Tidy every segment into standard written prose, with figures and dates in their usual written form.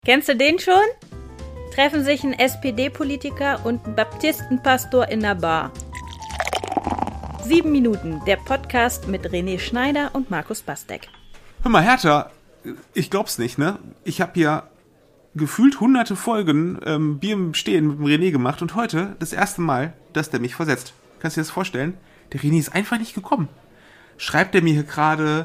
Kennst du den schon? Treffen sich ein SPD-Politiker und ein Baptistenpastor in der Bar. 7 Minuten, der Podcast mit René Schneider und Markus Bastek. Hör mal, Hertha, ich glaub's nicht, ne? Ich habe ja gefühlt hunderte Folgen Bier im Stehen mit dem René gemacht und heute das erste Mal, dass der mich versetzt. Kannst du dir das vorstellen? Der René ist einfach nicht gekommen. Schreibt er mir hier gerade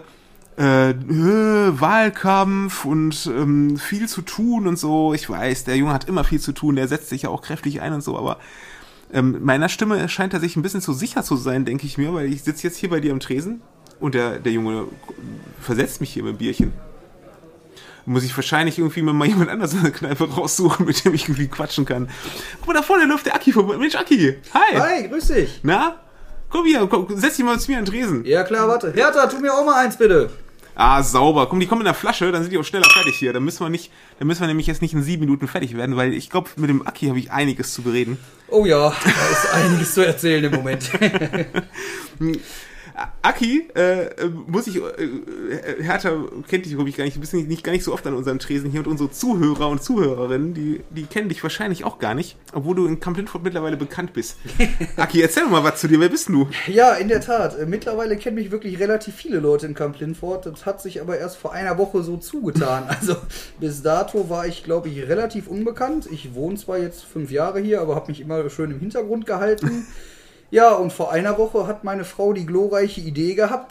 Wahlkampf und viel zu tun und so. Ich weiß, der Junge hat immer viel zu tun, der setzt sich ja auch kräftig ein und so, aber meiner Stimme scheint er sich ein bisschen zu sicher zu sein, denke ich mir, weil ich sitze jetzt hier bei dir am Tresen und der Junge versetzt mich hier mit dem Bierchen. Muss ich wahrscheinlich irgendwie mal jemand anders in der Kneipe raussuchen, mit dem ich irgendwie quatschen kann. Guck mal, da vorne läuft der Aki vorbei. Mensch, Aki, hi! Hi, grüß dich! Na? Komm hier, setz dich mal zu mir an den Tresen. Ja klar, warte. Hertha, tu mir auch mal eins, bitte. Ah, sauber. Komm, die kommen in der Flasche, dann sind die auch schneller fertig hier. Dann müssen wir nämlich jetzt nicht in 7 Minuten fertig werden, weil ich glaube, mit dem Aki habe ich einiges zu bereden. Oh ja, da ist einiges zu erzählen im Moment. Aki, Hertha kennt dich, glaube ich, gar nicht. Du bist nicht gar nicht so oft an unserem Tresen hier und unsere Zuhörer und Zuhörerinnen, die kennen dich wahrscheinlich auch gar nicht, obwohl du in Camp Lindfort mittlerweile bekannt bist. Aki, erzähl doch mal was zu dir, wer bist du? Ja, in der Tat. Mittlerweile kennen mich wirklich relativ viele Leute in Camp Lindfort. Das hat sich aber erst vor einer Woche so zugetan. Also bis dato war ich, glaube ich, relativ unbekannt. Ich wohne zwar jetzt 5 Jahre hier, aber habe mich immer schön im Hintergrund gehalten. Ja, und vor einer Woche hat meine Frau die glorreiche Idee gehabt,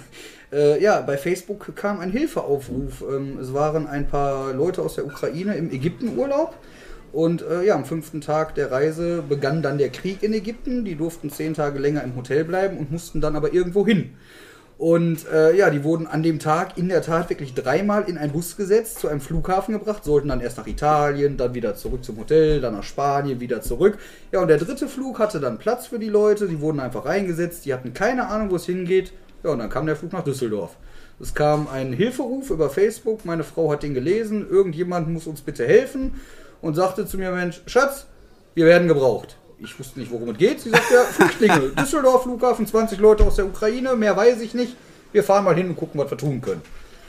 bei Facebook kam ein Hilfeaufruf. Es waren ein paar Leute aus der Ukraine im Ägyptenurlaub und am 5. Tag der Reise begann dann der Krieg in Ägypten. Die durften 10 Tage länger im Hotel bleiben und mussten dann aber irgendwo hin. Und die wurden an dem Tag in der Tat wirklich 3-mal in einen Bus gesetzt, zu einem Flughafen gebracht, sollten dann erst nach Italien, dann wieder zurück zum Hotel, dann nach Spanien, wieder zurück. Ja, und der 3. Flug hatte dann Platz für die Leute, die wurden einfach reingesetzt, die hatten keine Ahnung, wo es hingeht. Ja, und dann kam der Flug nach Düsseldorf. Es kam ein Hilferuf über Facebook, meine Frau hat den gelesen, irgendjemand muss uns bitte helfen und sagte zu mir, Mensch, Schatz, wir werden gebraucht. Ich wusste nicht, worum es geht. Sie sagt ja, Flüchtlinge, Düsseldorf, Flughafen, 20 Leute aus der Ukraine, mehr weiß ich nicht. Wir fahren mal hin und gucken, was wir tun können.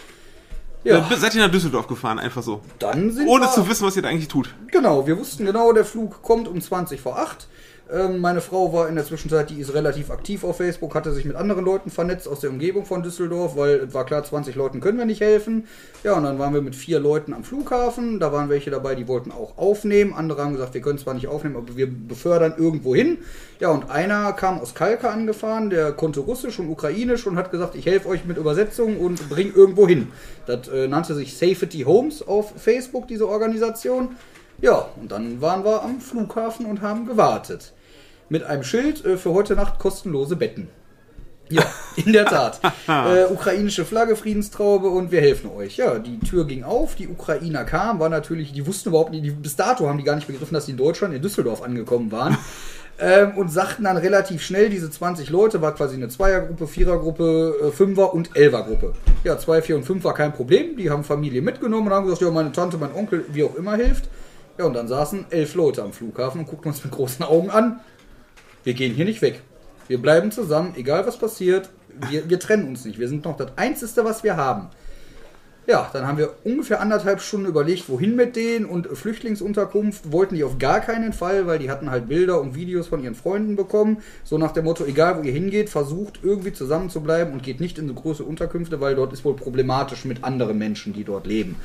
Ja. Dann seid ihr nach Düsseldorf gefahren, einfach so? Dann sind ohne zu wissen, was ihr da eigentlich tut? Genau, wir wussten genau, der Flug kommt um 20 vor 8. Meine Frau war in der Zwischenzeit, die ist relativ aktiv auf Facebook, hatte sich mit anderen Leuten vernetzt aus der Umgebung von Düsseldorf, weil es war klar, 20 Leuten können wir nicht helfen. Ja, und dann waren wir mit 4 Leuten am Flughafen, da waren welche dabei, die wollten auch aufnehmen, andere haben gesagt, wir können zwar nicht aufnehmen, aber wir befördern irgendwo hin. Ja, und einer kam aus Kalka angefahren, der konnte Russisch und Ukrainisch und hat gesagt, ich helfe euch mit Übersetzung und bring irgendwo hin. Das nannte sich Safety Homes auf Facebook, diese Organisation. Ja, und dann waren wir am Flughafen und haben gewartet. Mit einem Schild für heute Nacht kostenlose Betten. Ja, in der Tat. Ukrainische Flagge, Friedenstraube und wir helfen euch. Ja, die Tür ging auf, die Ukrainer kamen, war natürlich, die wussten überhaupt nicht, bis dato haben die gar nicht begriffen, dass die in Deutschland, in Düsseldorf angekommen waren. Und sagten dann relativ schnell, diese 20 Leute, war quasi eine Zweiergruppe, Vierergruppe, Fünfer- und Elfergruppe. Ja, 2, 4 und 5 war kein Problem, die haben Familie mitgenommen und haben gesagt, ja, meine Tante, mein Onkel, wie auch immer hilft. Ja, und dann saßen 11 Leute am Flughafen und guckten uns mit großen Augen an. Wir gehen hier nicht weg. Wir bleiben zusammen, egal was passiert. Wir trennen uns nicht. Wir sind noch das Einzige, was wir haben. Ja, dann haben wir ungefähr 1,5 Stunden überlegt, wohin mit denen und Flüchtlingsunterkunft wollten die auf gar keinen Fall, weil die hatten halt Bilder und Videos von ihren Freunden bekommen. So nach dem Motto, egal wo ihr hingeht, versucht irgendwie zusammen zu bleiben und geht nicht in so große Unterkünfte, weil dort ist wohl problematisch mit anderen Menschen, die dort leben.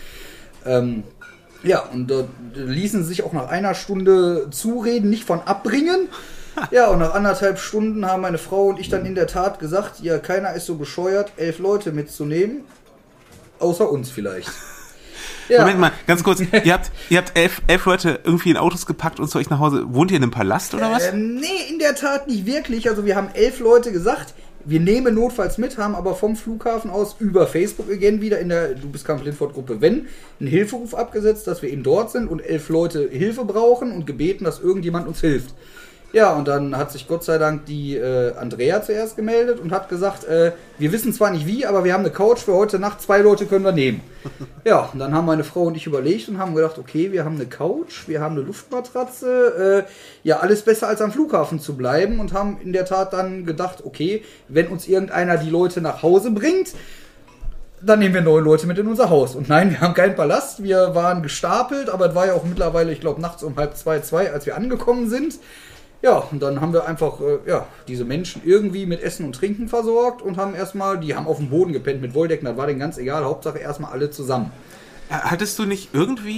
Ja, und da ließen sie sich auch nach 1 Stunde zureden, nicht von abbringen. Ja, und nach 1,5 Stunden haben meine Frau und ich dann in der Tat gesagt, ja, keiner ist so bescheuert, 11 Leute mitzunehmen, außer uns vielleicht. Ja. Moment mal, ganz kurz, ihr habt 11 Leute irgendwie in Autos gepackt und zu euch nach Hause. Wohnt ihr in einem Palast oder was? Nee, in der Tat nicht wirklich. Also wir haben 11 Leute gesagt, wir nehmen notfalls mit, haben aber vom Flughafen aus über Facebook again wieder in der Du bist Camp Lindfort Gruppe Wenn einen Hilferuf abgesetzt, dass wir eben dort sind und 11 Leute Hilfe brauchen und gebeten, dass irgendjemand uns hilft. Ja, und dann hat sich Gott sei Dank die Andrea zuerst gemeldet und hat gesagt, wir wissen zwar nicht wie, aber wir haben eine Couch für heute Nacht, 2 Leute können wir nehmen. Ja, und dann haben meine Frau und ich überlegt und haben gedacht, okay, wir haben eine Couch, wir haben eine Luftmatratze, alles besser als am Flughafen zu bleiben und haben in der Tat dann gedacht, okay, wenn uns irgendeiner die Leute nach Hause bringt, dann nehmen wir 9 Leute mit in unser Haus. Und nein, wir haben keinen Palast, wir waren gestapelt, aber es war ja auch mittlerweile, ich glaube, nachts um 1:30, als wir angekommen sind. Ja, und dann haben wir einfach diese Menschen irgendwie mit Essen und Trinken versorgt und haben die haben auf dem Boden gepennt mit Wolldecken, das war denen ganz egal, Hauptsache erstmal alle zusammen. Hattest du nicht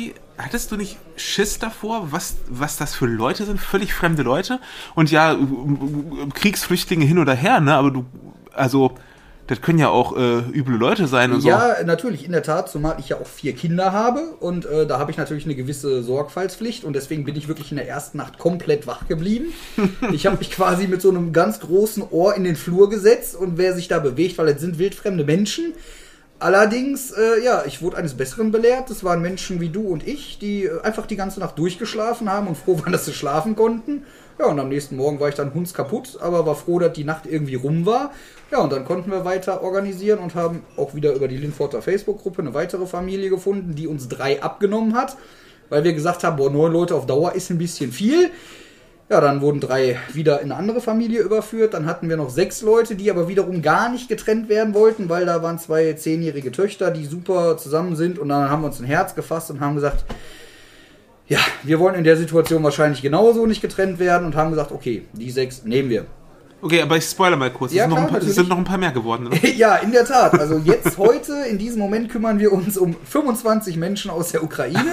Schiss davor, was das für Leute sind, völlig fremde Leute? Und ja, Kriegsflüchtlinge hin oder her, ne? Aber das können ja auch üble Leute sein und so. Ja, natürlich, in der Tat, zumal ich ja auch 4 Kinder habe und da habe ich natürlich eine gewisse Sorgfaltspflicht und deswegen bin ich wirklich in der ersten Nacht komplett wach geblieben. Ich habe mich quasi mit so einem ganz großen Ohr in den Flur gesetzt und wer sich da bewegt, weil es sind wildfremde Menschen. Allerdings, ich wurde eines Besseren belehrt. Das waren Menschen wie du und ich, die einfach die ganze Nacht durchgeschlafen haben und froh waren, dass sie schlafen konnten. Ja, und am nächsten Morgen war ich dann hundskaputt, aber war froh, dass die Nacht irgendwie rum war. Ja, und dann konnten wir weiter organisieren und haben auch wieder über die Linforter Facebook-Gruppe eine weitere Familie gefunden, die uns 3 abgenommen hat, weil wir gesagt haben, 9 Leute auf Dauer ist ein bisschen viel. Ja, dann wurden 3 wieder in eine andere Familie überführt. Dann hatten wir noch 6 Leute, die aber wiederum gar nicht getrennt werden wollten, weil da waren 2 10-jährige Töchter, die super zusammen sind. Und dann haben wir uns ein Herz gefasst und haben gesagt, ja, wir wollen in der Situation wahrscheinlich genauso nicht getrennt werden und haben gesagt, okay, die 6 nehmen wir. Okay, aber ich spoilere mal kurz. Ja, Es sind noch ein paar mehr geworden, oder? Ja, in der Tat. Also jetzt, heute, in diesem Moment kümmern wir uns um 25 Menschen aus der Ukraine.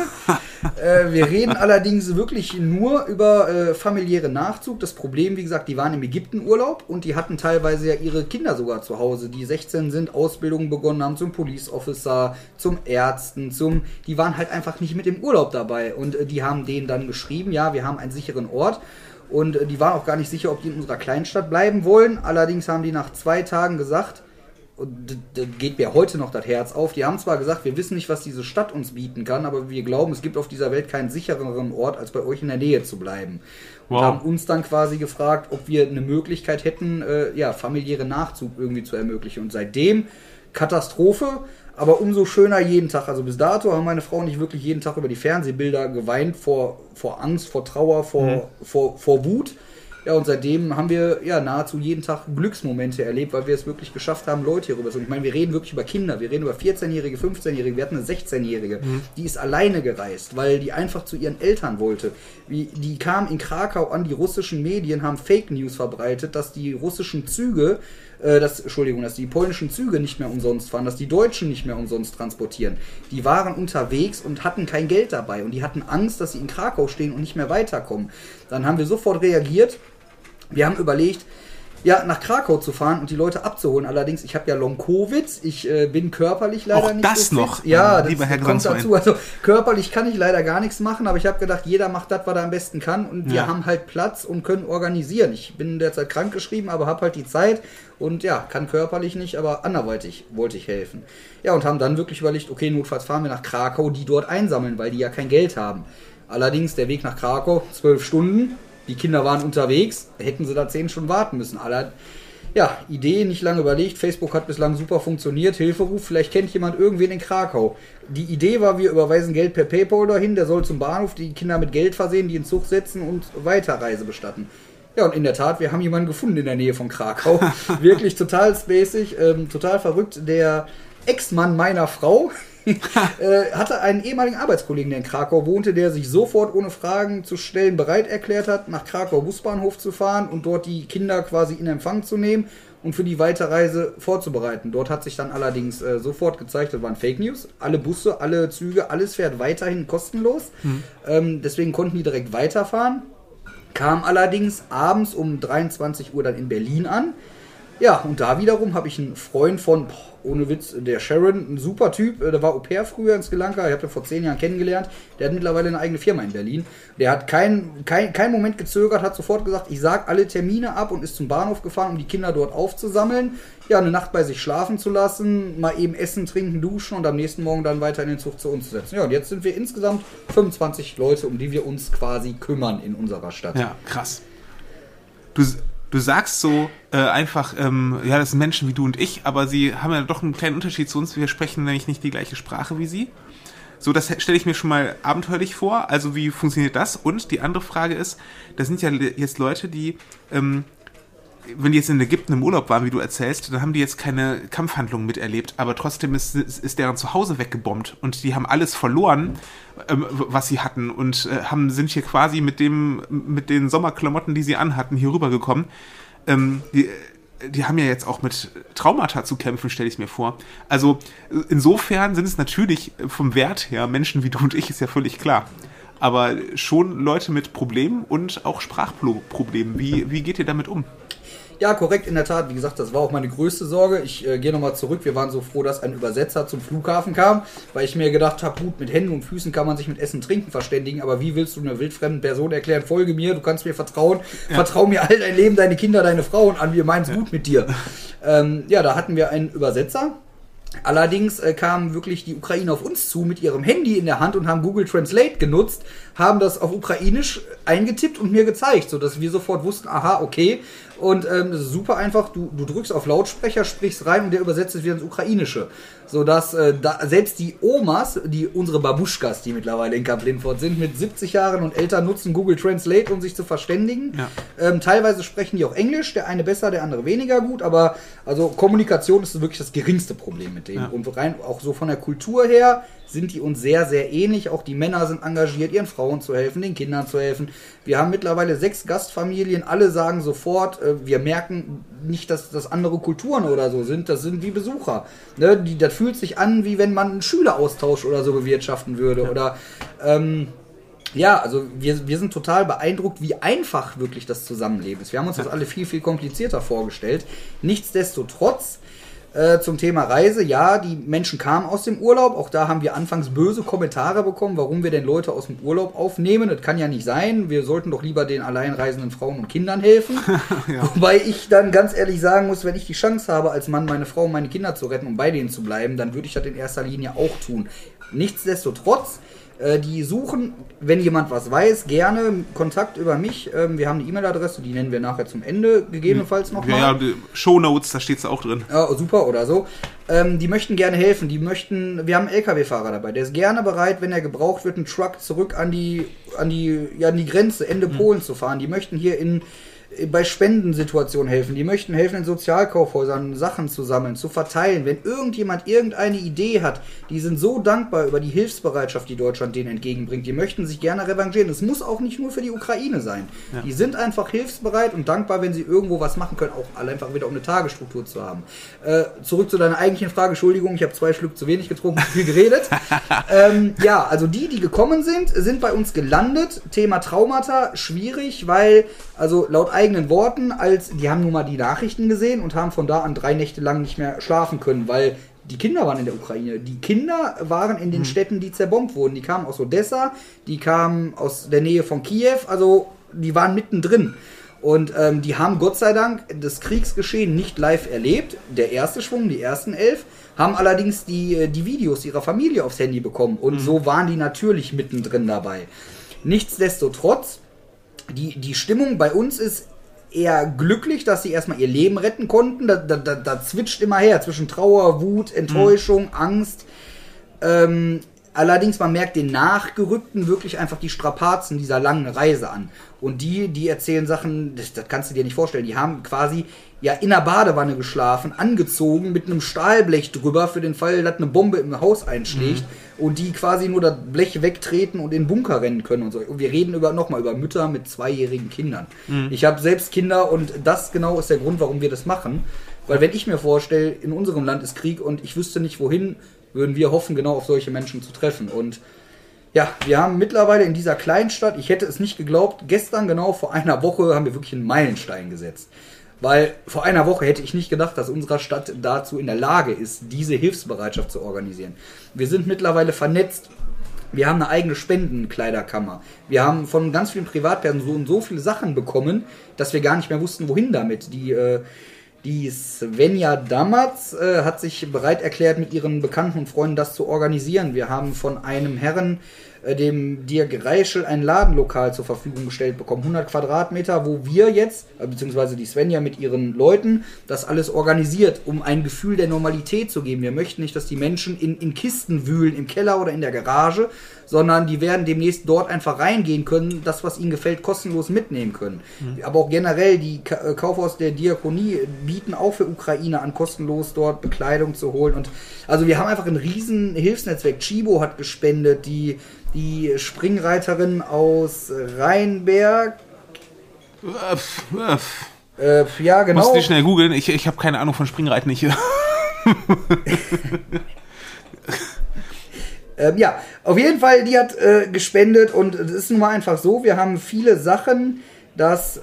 Wir reden allerdings wirklich nur über familiäre Nachzug. Das Problem, wie gesagt, die waren im Ägyptenurlaub und die hatten teilweise ja ihre Kinder sogar zu Hause, die 16 sind, Ausbildungen begonnen haben zum Police Officer, zum Ärzten, die waren halt einfach nicht mit im Urlaub dabei. Und die haben denen dann geschrieben, ja, wir haben einen sicheren Ort. Und die waren auch gar nicht sicher, ob die in unserer Kleinstadt bleiben wollen. Allerdings haben die nach 2 Tagen gesagt, und da geht mir heute noch das Herz auf, die haben zwar gesagt, wir wissen nicht, was diese Stadt uns bieten kann, aber wir glauben, es gibt auf dieser Welt keinen sichereren Ort, als bei euch in der Nähe zu bleiben. Wow. Und haben uns dann quasi gefragt, ob wir eine Möglichkeit hätten, familiäre Nachzug irgendwie zu ermöglichen. Und seitdem Katastrophe. Aber umso schöner jeden Tag. Also bis dato haben meine Frau nicht wirklich jeden Tag über die Fernsehbilder geweint vor Angst, vor Trauer, vor Wut. Ja, und seitdem haben wir nahezu jeden Tag Glücksmomente erlebt, weil wir es wirklich geschafft haben, Leute hierüber zu. Ich meine, wir reden wirklich über Kinder. Wir reden über 14-Jährige, 15-Jährige. Wir hatten eine 16-Jährige, die ist alleine gereist, weil die einfach zu ihren Eltern wollte. Die kam in Krakau an, die russischen Medien haben Fake News verbreitet, dass die russischen Züge dass die polnischen Züge nicht mehr umsonst fahren, dass die Deutschen nicht mehr umsonst transportieren. Die waren unterwegs und hatten kein Geld dabei und die hatten Angst, dass sie in Krakau stehen und nicht mehr weiterkommen. Dann haben wir sofort reagiert. Wir haben überlegt, nach Krakau zu fahren und die Leute abzuholen. Allerdings, ich habe ja Long-Covid, ich bin körperlich leider nicht so fit. Noch? Ja, das kommt dazu. Also körperlich kann ich leider gar nichts machen, aber ich habe gedacht, jeder macht das, was er am besten kann und wir haben halt Platz und können organisieren. Ich bin derzeit krankgeschrieben, aber habe halt die Zeit und kann körperlich nicht, aber anderweitig wollte ich helfen. Ja, und haben dann wirklich überlegt, okay, notfalls fahren wir nach Krakau, die dort einsammeln, weil die ja kein Geld haben. Allerdings, der Weg nach Krakau, 12 Stunden. Die Kinder waren unterwegs, hätten sie da 10 Stunden warten müssen. Idee, nicht lange überlegt. Facebook hat bislang super funktioniert. Hilferuf, vielleicht kennt jemand irgendwen in Krakau. Die Idee war, wir überweisen Geld per PayPal dahin. Der soll zum Bahnhof die Kinder mit Geld versehen, die in den Zug setzen und Weiterreise bestatten. Ja, und in der Tat, wir haben jemanden gefunden in der Nähe von Krakau. Wirklich total spacig, total verrückt. Der Ex-Mann meiner Frau hatte einen ehemaligen Arbeitskollegen, der in Krakau wohnte, der sich sofort ohne Fragen zu stellen bereit erklärt hat, nach Krakau Busbahnhof zu fahren und dort die Kinder quasi in Empfang zu nehmen und für die Weiterreise vorzubereiten. Dort hat sich dann allerdings sofort gezeigt, das waren Fake News. Alle Busse, alle Züge, alles fährt weiterhin kostenlos. Deswegen konnten die direkt weiterfahren. Kam allerdings abends um 23 Uhr dann in Berlin an. Ja, und da wiederum habe ich einen Freund von, ohne Witz, der Sharon, ein super Typ, der war Au-pair früher in Sri Lanka, ich habe den vor 10 Jahren kennengelernt, der hat mittlerweile eine eigene Firma in Berlin. Der hat keinen Moment gezögert, hat sofort gesagt, ich sag alle Termine ab und ist zum Bahnhof gefahren, um die Kinder dort aufzusammeln, eine Nacht bei sich schlafen zu lassen, mal eben essen, trinken, duschen und am nächsten Morgen dann weiter in den Zug zu uns zu setzen. Ja, und jetzt sind wir insgesamt 25 Leute, um die wir uns quasi kümmern in unserer Stadt. Ja, krass. Du sagst so einfach, das sind Menschen wie du und ich, aber sie haben ja doch einen kleinen Unterschied zu uns. Wir sprechen nämlich nicht die gleiche Sprache wie sie. So, das stelle ich mir schon mal abenteuerlich vor. Also wie funktioniert das? Und die andere Frage ist, das sind ja jetzt Leute, die wenn die jetzt in Ägypten im Urlaub waren, wie du erzählst, dann haben die jetzt keine Kampfhandlungen miterlebt, aber trotzdem ist deren Zuhause weggebombt und die haben alles verloren, was sie hatten und sind hier quasi mit den Sommerklamotten, die sie anhatten, hier rübergekommen. Die haben ja jetzt auch mit Traumata zu kämpfen, stelle ich mir vor. Also insofern sind es natürlich vom Wert her Menschen wie du und ich, ist ja völlig klar. Aber schon Leute mit Problemen und auch Sprachproblemen. Wie geht ihr damit um? Ja, korrekt, in der Tat. Wie gesagt, das war auch meine größte Sorge. Ich gehe nochmal zurück. Wir waren so froh, dass ein Übersetzer zum Flughafen kam, weil ich mir gedacht habe, gut, mit Händen und Füßen kann man sich mit Essen, Trinken verständigen, aber wie willst du einer wildfremden Person erklären, folge mir, du kannst mir vertrauen, vertrau mir all dein Leben, deine Kinder, deine Frauen an, wir meinen es gut mit dir. Da hatten wir einen Übersetzer. Allerdings kamen wirklich die Ukrainer auf uns zu mit ihrem Handy in der Hand und haben Google Translate genutzt, haben das auf Ukrainisch eingetippt und mir gezeigt, sodass wir sofort wussten, aha, okay. Und das ist super einfach, du drückst auf Lautsprecher, sprichst rein und der übersetzt es wieder ins Ukrainische. Sodass selbst die Omas, unsere Babuschkas, die mittlerweile in Kamp-Lindfort sind, mit 70 Jahren und älter nutzen Google Translate, um sich zu verständigen. Ja. Teilweise sprechen die auch Englisch, der eine besser, der andere weniger gut, aber also Kommunikation ist wirklich das geringste Problem mit denen. Ja. Und rein auch so von der Kultur her sind die uns sehr, sehr ähnlich. Auch die Männer sind engagiert, ihren Frauen zu helfen, den Kindern zu helfen. Wir haben mittlerweile 6 Gastfamilien, alle sagen sofort, wir merken nicht, dass das andere Kulturen oder so sind, das sind wie Besucher. Ne? Das fühlt sich an, wie wenn man einen Schüleraustausch oder so bewirtschaften würde. Ja. Oder also wir sind total beeindruckt, wie einfach wirklich das Zusammenleben ist. Wir haben uns das alle viel, viel komplizierter vorgestellt. Nichtsdestotrotz, zum Thema Reise, ja, die Menschen kamen aus dem Urlaub, auch da haben wir anfangs böse Kommentare bekommen, warum wir denn Leute aus dem Urlaub aufnehmen, das kann ja nicht sein, wir sollten doch lieber den alleinreisenden Frauen und Kindern helfen, ja. Wobei ich dann ganz ehrlich sagen muss, wenn ich die Chance habe, als Mann meine Frau und meine Kinder zu retten, um bei denen zu bleiben, dann würde ich das in erster Linie auch tun. Nichtsdestotrotz, die suchen, wenn jemand was weiß, gerne Kontakt über mich. Wir haben eine E-Mail-Adresse, die nennen wir nachher zum Ende gegebenenfalls nochmal. Ja, Shownotes, da steht es auch drin. Ja, super oder so. Die möchten gerne helfen. Wir haben einen LKW-Fahrer dabei, der ist gerne bereit, wenn er gebraucht wird, einen Truck zurück an die Grenze, Ende Polen zu fahren. Die möchten hier bei Spendensituationen helfen. Die möchten helfen, in Sozialkaufhäusern Sachen zu sammeln, zu verteilen. Wenn irgendjemand irgendeine Idee hat, die sind so dankbar über die Hilfsbereitschaft, die Deutschland denen entgegenbringt. Die möchten sich gerne revanchieren. Es muss auch nicht nur für die Ukraine sein. Ja. Die sind einfach hilfsbereit und dankbar, wenn sie irgendwo was machen können, auch alle einfach wieder um eine Tagesstruktur zu haben. Zurück zu deiner eigentlichen Frage. Entschuldigung, ich habe 2 Schluck zu wenig getrunken, zu viel geredet. Also die gekommen sind bei uns gelandet. Thema Traumata, schwierig, weil, also laut eigenen Worten, die haben nun mal die Nachrichten gesehen und haben von da an 3 Nächte lang nicht mehr schlafen können, weil die Kinder waren in der Ukraine. Die Kinder waren in den Städten, die zerbombt wurden. Die kamen aus Odessa, die kamen aus der Nähe von Kiew, also die waren mittendrin. Und die haben Gott sei Dank das Kriegsgeschehen nicht live erlebt. Der erste Schwung, die ersten 11, haben allerdings die Videos ihrer Familie aufs Handy bekommen. Und so waren die natürlich mittendrin dabei. Nichtsdestotrotz, die Stimmung bei uns ist eher glücklich, dass sie erstmal ihr Leben retten konnten. Da zwitscht immer her zwischen Trauer, Wut, Enttäuschung, Angst. Allerdings, man merkt den Nachgerückten wirklich einfach die Strapazen dieser langen Reise an. Und die erzählen Sachen, das kannst du dir nicht vorstellen. Die haben quasi in der Badewanne geschlafen, angezogen, mit einem Stahlblech drüber, für den Fall, dass eine Bombe im Haus einschlägt. Und die quasi nur das Blech wegtreten und in den Bunker rennen können und so. Und wir reden nochmal über Mütter mit 2-jährigen Kindern. Ich habe selbst Kinder und das genau ist der Grund, warum wir das machen. Weil wenn ich mir vorstelle, in unserem Land ist Krieg und ich wüsste nicht wohin, würden wir hoffen, genau auf solche Menschen zu treffen. Und ja, wir haben mittlerweile in dieser Kleinstadt, ich hätte es nicht geglaubt, gestern genau vor einer Woche haben wir wirklich einen Meilenstein gesetzt. Weil vor einer Woche hätte ich nicht gedacht, dass unsere Stadt dazu in der Lage ist, diese Hilfsbereitschaft zu organisieren. Wir sind mittlerweile vernetzt. Wir haben eine eigene Spendenkleiderkammer. Wir haben von ganz vielen Privatpersonen so viele Sachen bekommen, dass wir gar nicht mehr wussten, wohin damit. Die Svenja Damatz hat sich bereit erklärt, mit ihren Bekannten und Freunden das zu organisieren. Wir haben von einem Herren dem Dirk Reischel ein Ladenlokal zur Verfügung gestellt bekommen. 100 Quadratmeter, wo wir jetzt, beziehungsweise die Svenja mit ihren Leuten, das alles organisiert, um ein Gefühl der Normalität zu geben. Wir möchten nicht, dass die Menschen in Kisten wühlen, im Keller oder in der Garage, sondern die werden demnächst dort einfach reingehen können, das, was ihnen gefällt, kostenlos mitnehmen können. Aber auch generell, die Kaufhaus der Diakonie bieten auch für Ukraine an, kostenlos dort Bekleidung zu holen. Und also wir haben einfach ein riesen Hilfsnetzwerk. Chibo hat gespendet, die Springreiterin aus Rheinberg. Ja, genau. Musst du schnell googeln, ich habe keine Ahnung von Springreiten. Ja, auf jeden Fall, die hat gespendet und es ist nun mal einfach so, wir haben viele Sachen, dass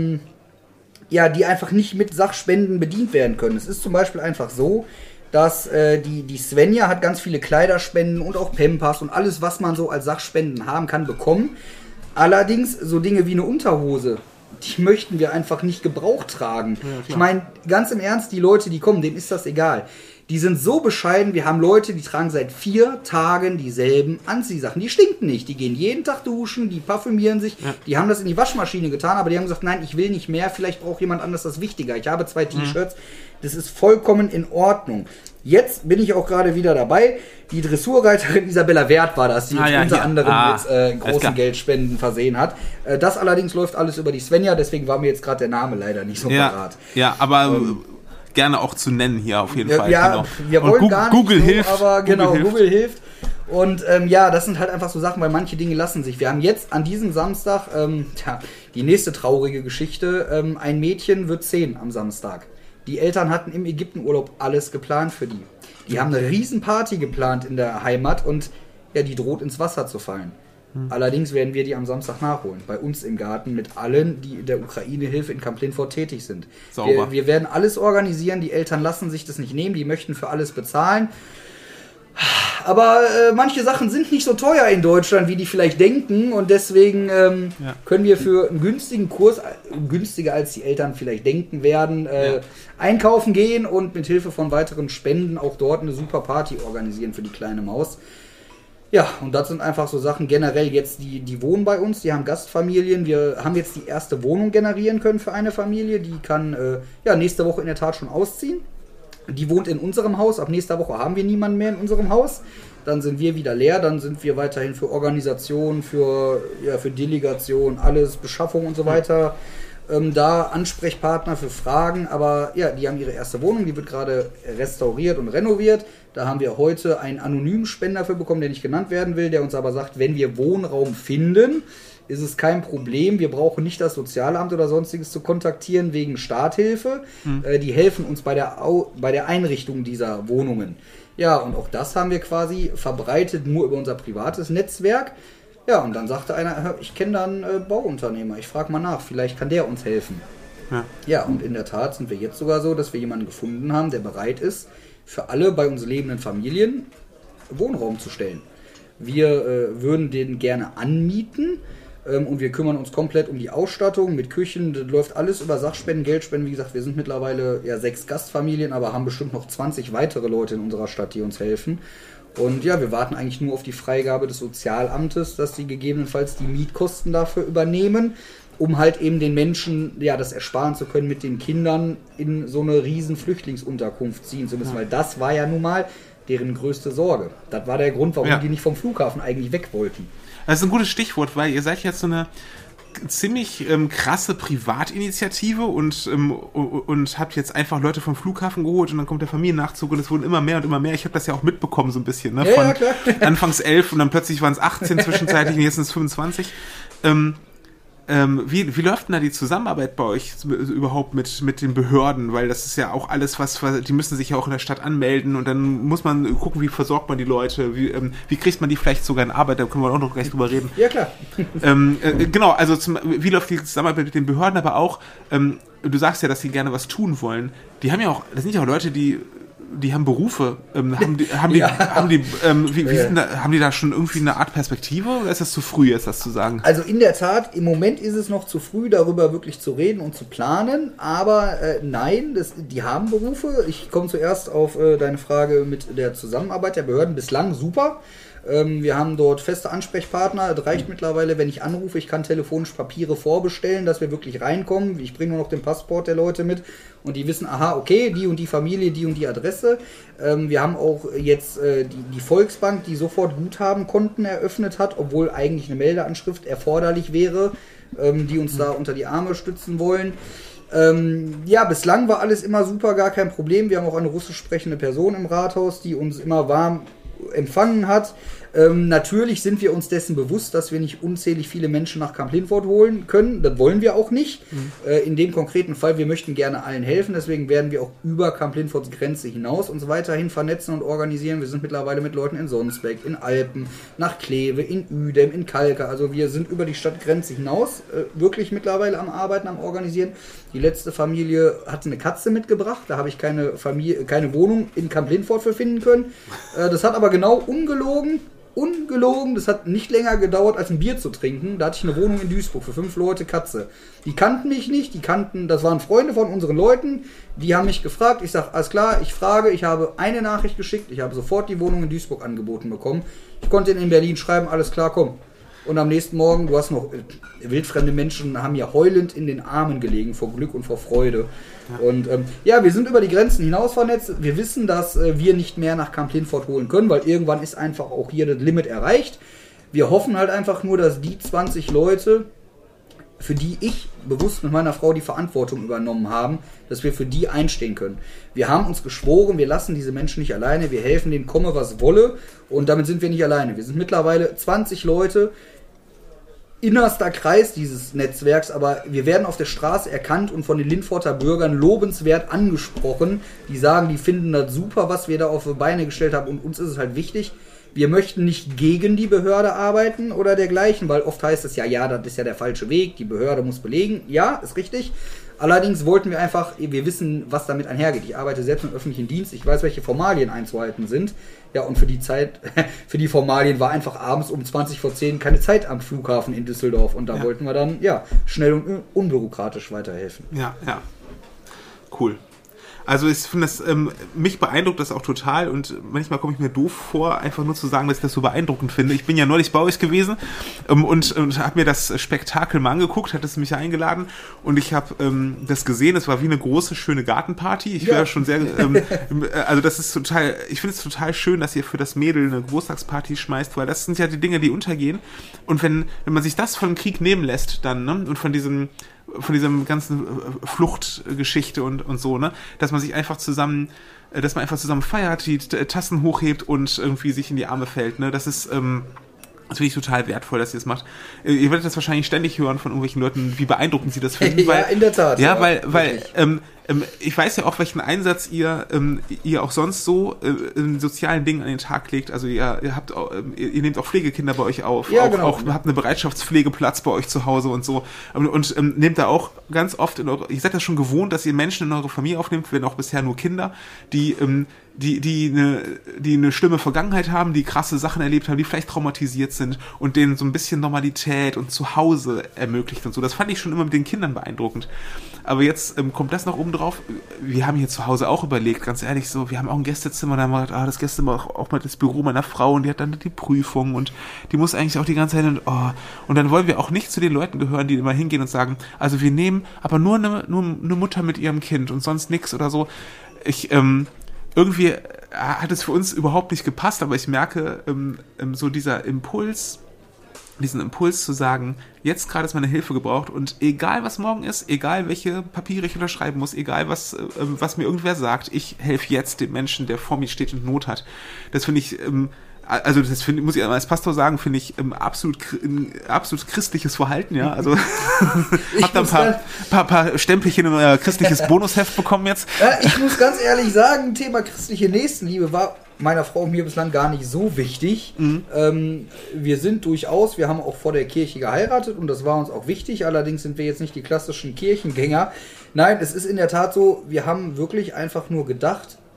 die einfach nicht mit Sachspenden bedient werden können. Es ist zum Beispiel einfach so, dass die Svenja hat ganz viele Kleiderspenden und auch Pampers und alles, was man so als Sachspenden haben kann, bekommen. Allerdings so Dinge wie eine Unterhose, die möchten wir einfach nicht gebraucht tragen. Ja, ich meine, ganz im Ernst, die Leute, die kommen, denen ist das egal. Die sind so bescheiden, wir haben Leute, die tragen seit 4 Tagen dieselben Anziehsachen. Die stinken nicht, die gehen jeden Tag duschen, die parfümieren sich, die haben das in die Waschmaschine getan, aber die haben gesagt, nein, ich will nicht mehr, vielleicht braucht jemand anders das wichtiger. Ich habe 2 T-Shirts, das ist vollkommen in Ordnung. Jetzt bin ich auch gerade wieder dabei, die Dressurreiterin Isabella Wert war das, die uns unter anderem mit großen Geldspenden versehen hat. Das allerdings läuft alles über die Svenja, deswegen war mir jetzt gerade der Name leider nicht so parat. Ja, aber gerne auch zu nennen hier auf jeden Fall. Ja, genau. Wir wollen und gar nicht Google hilft. Aber genau, Google hilft. Und das sind halt einfach so Sachen, weil manche Dinge lassen sich. Wir haben jetzt an diesem Samstag, die nächste traurige Geschichte, ein Mädchen wird 10 am Samstag. Die Eltern hatten im Ägyptenurlaub alles geplant für die. Die haben eine riesen Party geplant in der Heimat und die droht ins Wasser zu fallen. Allerdings werden wir die am Samstag nachholen. Bei uns im Garten mit allen, die in der Ukraine-Hilfe in Camp Lindfort tätig sind. Wir werden alles organisieren. Die Eltern lassen sich das nicht nehmen. Die möchten für alles bezahlen. Aber manche Sachen sind nicht so teuer in Deutschland, wie die vielleicht denken. Und deswegen können wir für einen günstigen Kurs, günstiger als die Eltern vielleicht denken werden, einkaufen gehen und mit Hilfe von weiteren Spenden auch dort eine super Party organisieren für die kleine Maus. Ja, und das sind einfach so Sachen, generell jetzt, die wohnen bei uns, die haben Gastfamilien. Wir haben jetzt die erste Wohnung generieren können für eine Familie, die kann nächste Woche in der Tat schon ausziehen. Die wohnt in unserem Haus, ab nächster Woche haben wir niemanden mehr in unserem Haus. Dann sind wir wieder leer, dann sind wir weiterhin für Organisation, für Delegation, alles, Beschaffung und so weiter. Da Ansprechpartner für Fragen, aber die haben ihre erste Wohnung, die wird gerade restauriert und renoviert. Da haben wir heute einen anonymen Spender für bekommen, der nicht genannt werden will, der uns aber sagt, wenn wir Wohnraum finden, ist es kein Problem. Wir brauchen nicht das Sozialamt oder sonstiges zu kontaktieren wegen Starthilfe. Die helfen uns bei der Einrichtung dieser Wohnungen. Ja, und auch das haben wir quasi verbreitet, nur über unser privates Netzwerk. Ja, und dann sagte einer, ich kenne da einen Bauunternehmer, ich frage mal nach, vielleicht kann der uns helfen. Ja, und in der Tat sind wir jetzt sogar so, dass wir jemanden gefunden haben, der bereit ist, für alle bei uns lebenden Familien Wohnraum zu stellen. Wir würden den gerne anmieten und wir kümmern uns komplett um die Ausstattung mit Küchen. Das läuft alles über Sachspenden, Geldspenden. Wie gesagt, wir sind mittlerweile 6 Gastfamilien, aber haben bestimmt noch 20 weitere Leute in unserer Stadt, die uns helfen. Und wir warten eigentlich nur auf die Freigabe des Sozialamtes, dass sie gegebenenfalls die Mietkosten dafür übernehmen, um halt eben den Menschen das ersparen zu können, mit den Kindern in so eine riesen Flüchtlingsunterkunft ziehen zu müssen, weil das war ja nun mal deren größte Sorge. Das war der Grund, warum die nicht vom Flughafen eigentlich weg wollten. Das ist ein gutes Stichwort, weil ihr seid jetzt so eine ziemlich krasse Privatinitiative und habt jetzt einfach Leute vom Flughafen geholt und dann kommt der Familiennachzug und es wurden immer mehr und immer mehr. Ich habe das ja auch mitbekommen so ein bisschen, ne? Von anfangs 11 und dann plötzlich waren es 18 zwischenzeitlich und jetzt sind es 25. Wie läuft denn da die Zusammenarbeit bei euch überhaupt mit den Behörden? Weil das ist ja auch alles, die müssen sich ja auch in der Stadt anmelden und dann muss man gucken, wie versorgt man die Leute, wie kriegt man die vielleicht sogar in Arbeit, da können wir auch noch gleich drüber reden. Ja, klar. Genau, also wie läuft die Zusammenarbeit mit den Behörden, aber auch, du sagst ja, dass sie gerne was tun wollen. Die haben ja auch, das sind ja auch Leute, die haben Berufe, haben die da schon irgendwie eine Art Perspektive oder ist das zu früh jetzt, das zu sagen? Also in der Tat, im Moment ist es noch zu früh, darüber wirklich zu reden und zu planen, aber nein, die haben Berufe. Ich komme zuerst auf deine Frage mit der Zusammenarbeit der Behörden. Bislang super. Wir haben dort feste Ansprechpartner. Es reicht mittlerweile, wenn ich anrufe, ich kann telefonisch Papiere vorbestellen, dass wir wirklich reinkommen. Ich bringe nur noch den Passport der Leute mit und die wissen, aha, okay, die und die Familie, die und die Adresse. Wir haben auch jetzt die Volksbank, die sofort Guthabenkonten eröffnet hat, obwohl eigentlich eine Meldeanschrift erforderlich wäre, die uns da unter die Arme stützen wollen. Bislang war alles immer super, gar kein Problem. Wir haben auch eine russisch sprechende Person im Rathaus, die uns immer warm empfangen hat. Natürlich sind wir uns dessen bewusst, dass wir nicht unzählig viele Menschen nach Kamp-Lintfort holen können. Das wollen wir auch nicht. In dem konkreten Fall, wir möchten gerne allen helfen. Deswegen werden wir auch über Kamp-Lintforts Grenze hinaus uns weiterhin vernetzen und organisieren. Wir sind mittlerweile mit Leuten in Sonsbeck, in Alpen, nach Kleve, in Uedem, in Kalka. Also wir sind über die Stadtgrenze hinaus wirklich mittlerweile am Arbeiten, am Organisieren. Die letzte Familie hat eine Katze mitgebracht. Da habe ich keine Wohnung in Kamp-Lintfort für finden können. Das hat aber genau ungelogen, das hat nicht länger gedauert, als ein Bier zu trinken. Da hatte ich eine Wohnung in Duisburg für 5 Leute, Katze. Die kannten mich nicht, das waren Freunde von unseren Leuten, die haben mich gefragt. Ich sage, alles klar, ich habe eine Nachricht geschickt, ich habe sofort die Wohnung in Duisburg angeboten bekommen. Ich konnte in Berlin schreiben, alles klar, komm. Und am nächsten Morgen, du hast noch, wildfremde Menschen haben ja heulend in den Armen gelegen, vor Glück und vor Freude. Ja. Und wir sind über die Grenzen hinaus vernetzt. Wir wissen, dass wir nicht mehr nach Kamp-Lintfort holen können, weil irgendwann ist einfach auch hier das Limit erreicht. Wir hoffen halt einfach nur, dass die 20 Leute, für die ich bewusst mit meiner Frau die Verantwortung übernommen haben, dass wir für die einstehen können. Wir haben uns geschworen, wir lassen diese Menschen nicht alleine, wir helfen denen, komme was wolle, und damit sind wir nicht alleine. Wir sind mittlerweile 20 Leute, innerster Kreis dieses Netzwerks, aber wir werden auf der Straße erkannt und von den Lintforter Bürgern lobenswert angesprochen. Die sagen, die finden das super, was wir da auf die Beine gestellt haben, und uns ist es halt wichtig, wir möchten nicht gegen die Behörde arbeiten oder dergleichen, weil oft heißt es ja, das ist ja der falsche Weg, die Behörde muss belegen. Ja, ist richtig. Allerdings wollten wir einfach, wir wissen, was damit einhergeht. Ich arbeite selbst im öffentlichen Dienst, ich weiß, welche Formalien einzuhalten sind. Ja, und für die Formalien war einfach abends um 20:10 keine Zeit am Flughafen in Düsseldorf. Und da wollten wir dann, schnell und unbürokratisch weiterhelfen. Ja. Cool. Also ich finde das, mich beeindruckt das auch total, und manchmal komme ich mir doof vor, einfach nur zu sagen, dass ich das so beeindruckend finde. Ich bin ja neulich bei euch gewesen und habe mir das Spektakel mal angeguckt, hat es mich eingeladen, und ich habe das gesehen, es war wie eine große, schöne Gartenparty. Ich wäre schon sehr, also das ist total, ich finde es total schön, dass ihr für das Mädel eine Geburtstagsparty schmeißt, weil das sind ja die Dinge, die untergehen. Und wenn man sich das von Krieg nehmen lässt dann, ne, und von diesem ganzen Fluchtgeschichte und so, ne, dass man einfach zusammen feiert, die Tassen hochhebt und irgendwie sich in die Arme fällt, ne, das ist natürlich total wertvoll, dass ihr das macht. Ihr werdet das wahrscheinlich ständig hören von irgendwelchen Leuten, wie beeindruckend sie das finden. Ja, in der Tat. Ja, weil ich weiß ja auch, welchen Einsatz ihr auch sonst so in sozialen Dingen an den Tag legt. Also ihr nehmt auch Pflegekinder bei euch auf. Ja, auch habt einen Bereitschaftspflegeplatz bei euch zu Hause und so. Und nehmt da auch ganz oft ihr seid das schon gewohnt, dass ihr Menschen in eure Familie aufnehmt, wenn auch bisher nur Kinder, die eine schlimme Vergangenheit haben, die krasse Sachen erlebt haben, die vielleicht traumatisiert sind, und denen so ein bisschen Normalität und Zuhause ermöglicht und so. Das fand ich schon immer mit den Kindern beeindruckend. Aber jetzt kommt das noch oben drauf. Wir haben hier zu Hause auch überlegt, ganz ehrlich, so, wir haben auch ein Gästezimmer, da haben wir gedacht, das Gästezimmer auch mal das Büro meiner Frau, und die hat dann die Prüfung, und die muss eigentlich auch die ganze Zeit, und dann wollen wir auch nicht zu den Leuten gehören, die immer hingehen und sagen, also wir nehmen aber nur eine Mutter mit ihrem Kind und sonst nix oder so. Irgendwie hat es für uns überhaupt nicht gepasst, aber ich merke, so diesen Impuls zu sagen, jetzt gerade ist meine Hilfe gebraucht, und egal was morgen ist, egal welche Papiere ich unterschreiben muss, egal was mir irgendwer sagt, ich helfe jetzt dem Menschen, der vor mir steht und Not hat. Das finde ich, muss ich als Pastor sagen, finde ich absolut christliches Verhalten, ja. Also habt da ein paar Stempelchen in euer christliches Bonusheft bekommen jetzt. Ich muss ganz ehrlich sagen, Thema christliche Nächstenliebe war meiner Frau und mir bislang gar nicht so wichtig. Wir haben auch vor der Kirche geheiratet, und das war uns auch wichtig, allerdings sind wir jetzt nicht die klassischen Kirchengänger. Nein, es ist in der Tat so, wir haben wirklich einfach nur gedacht,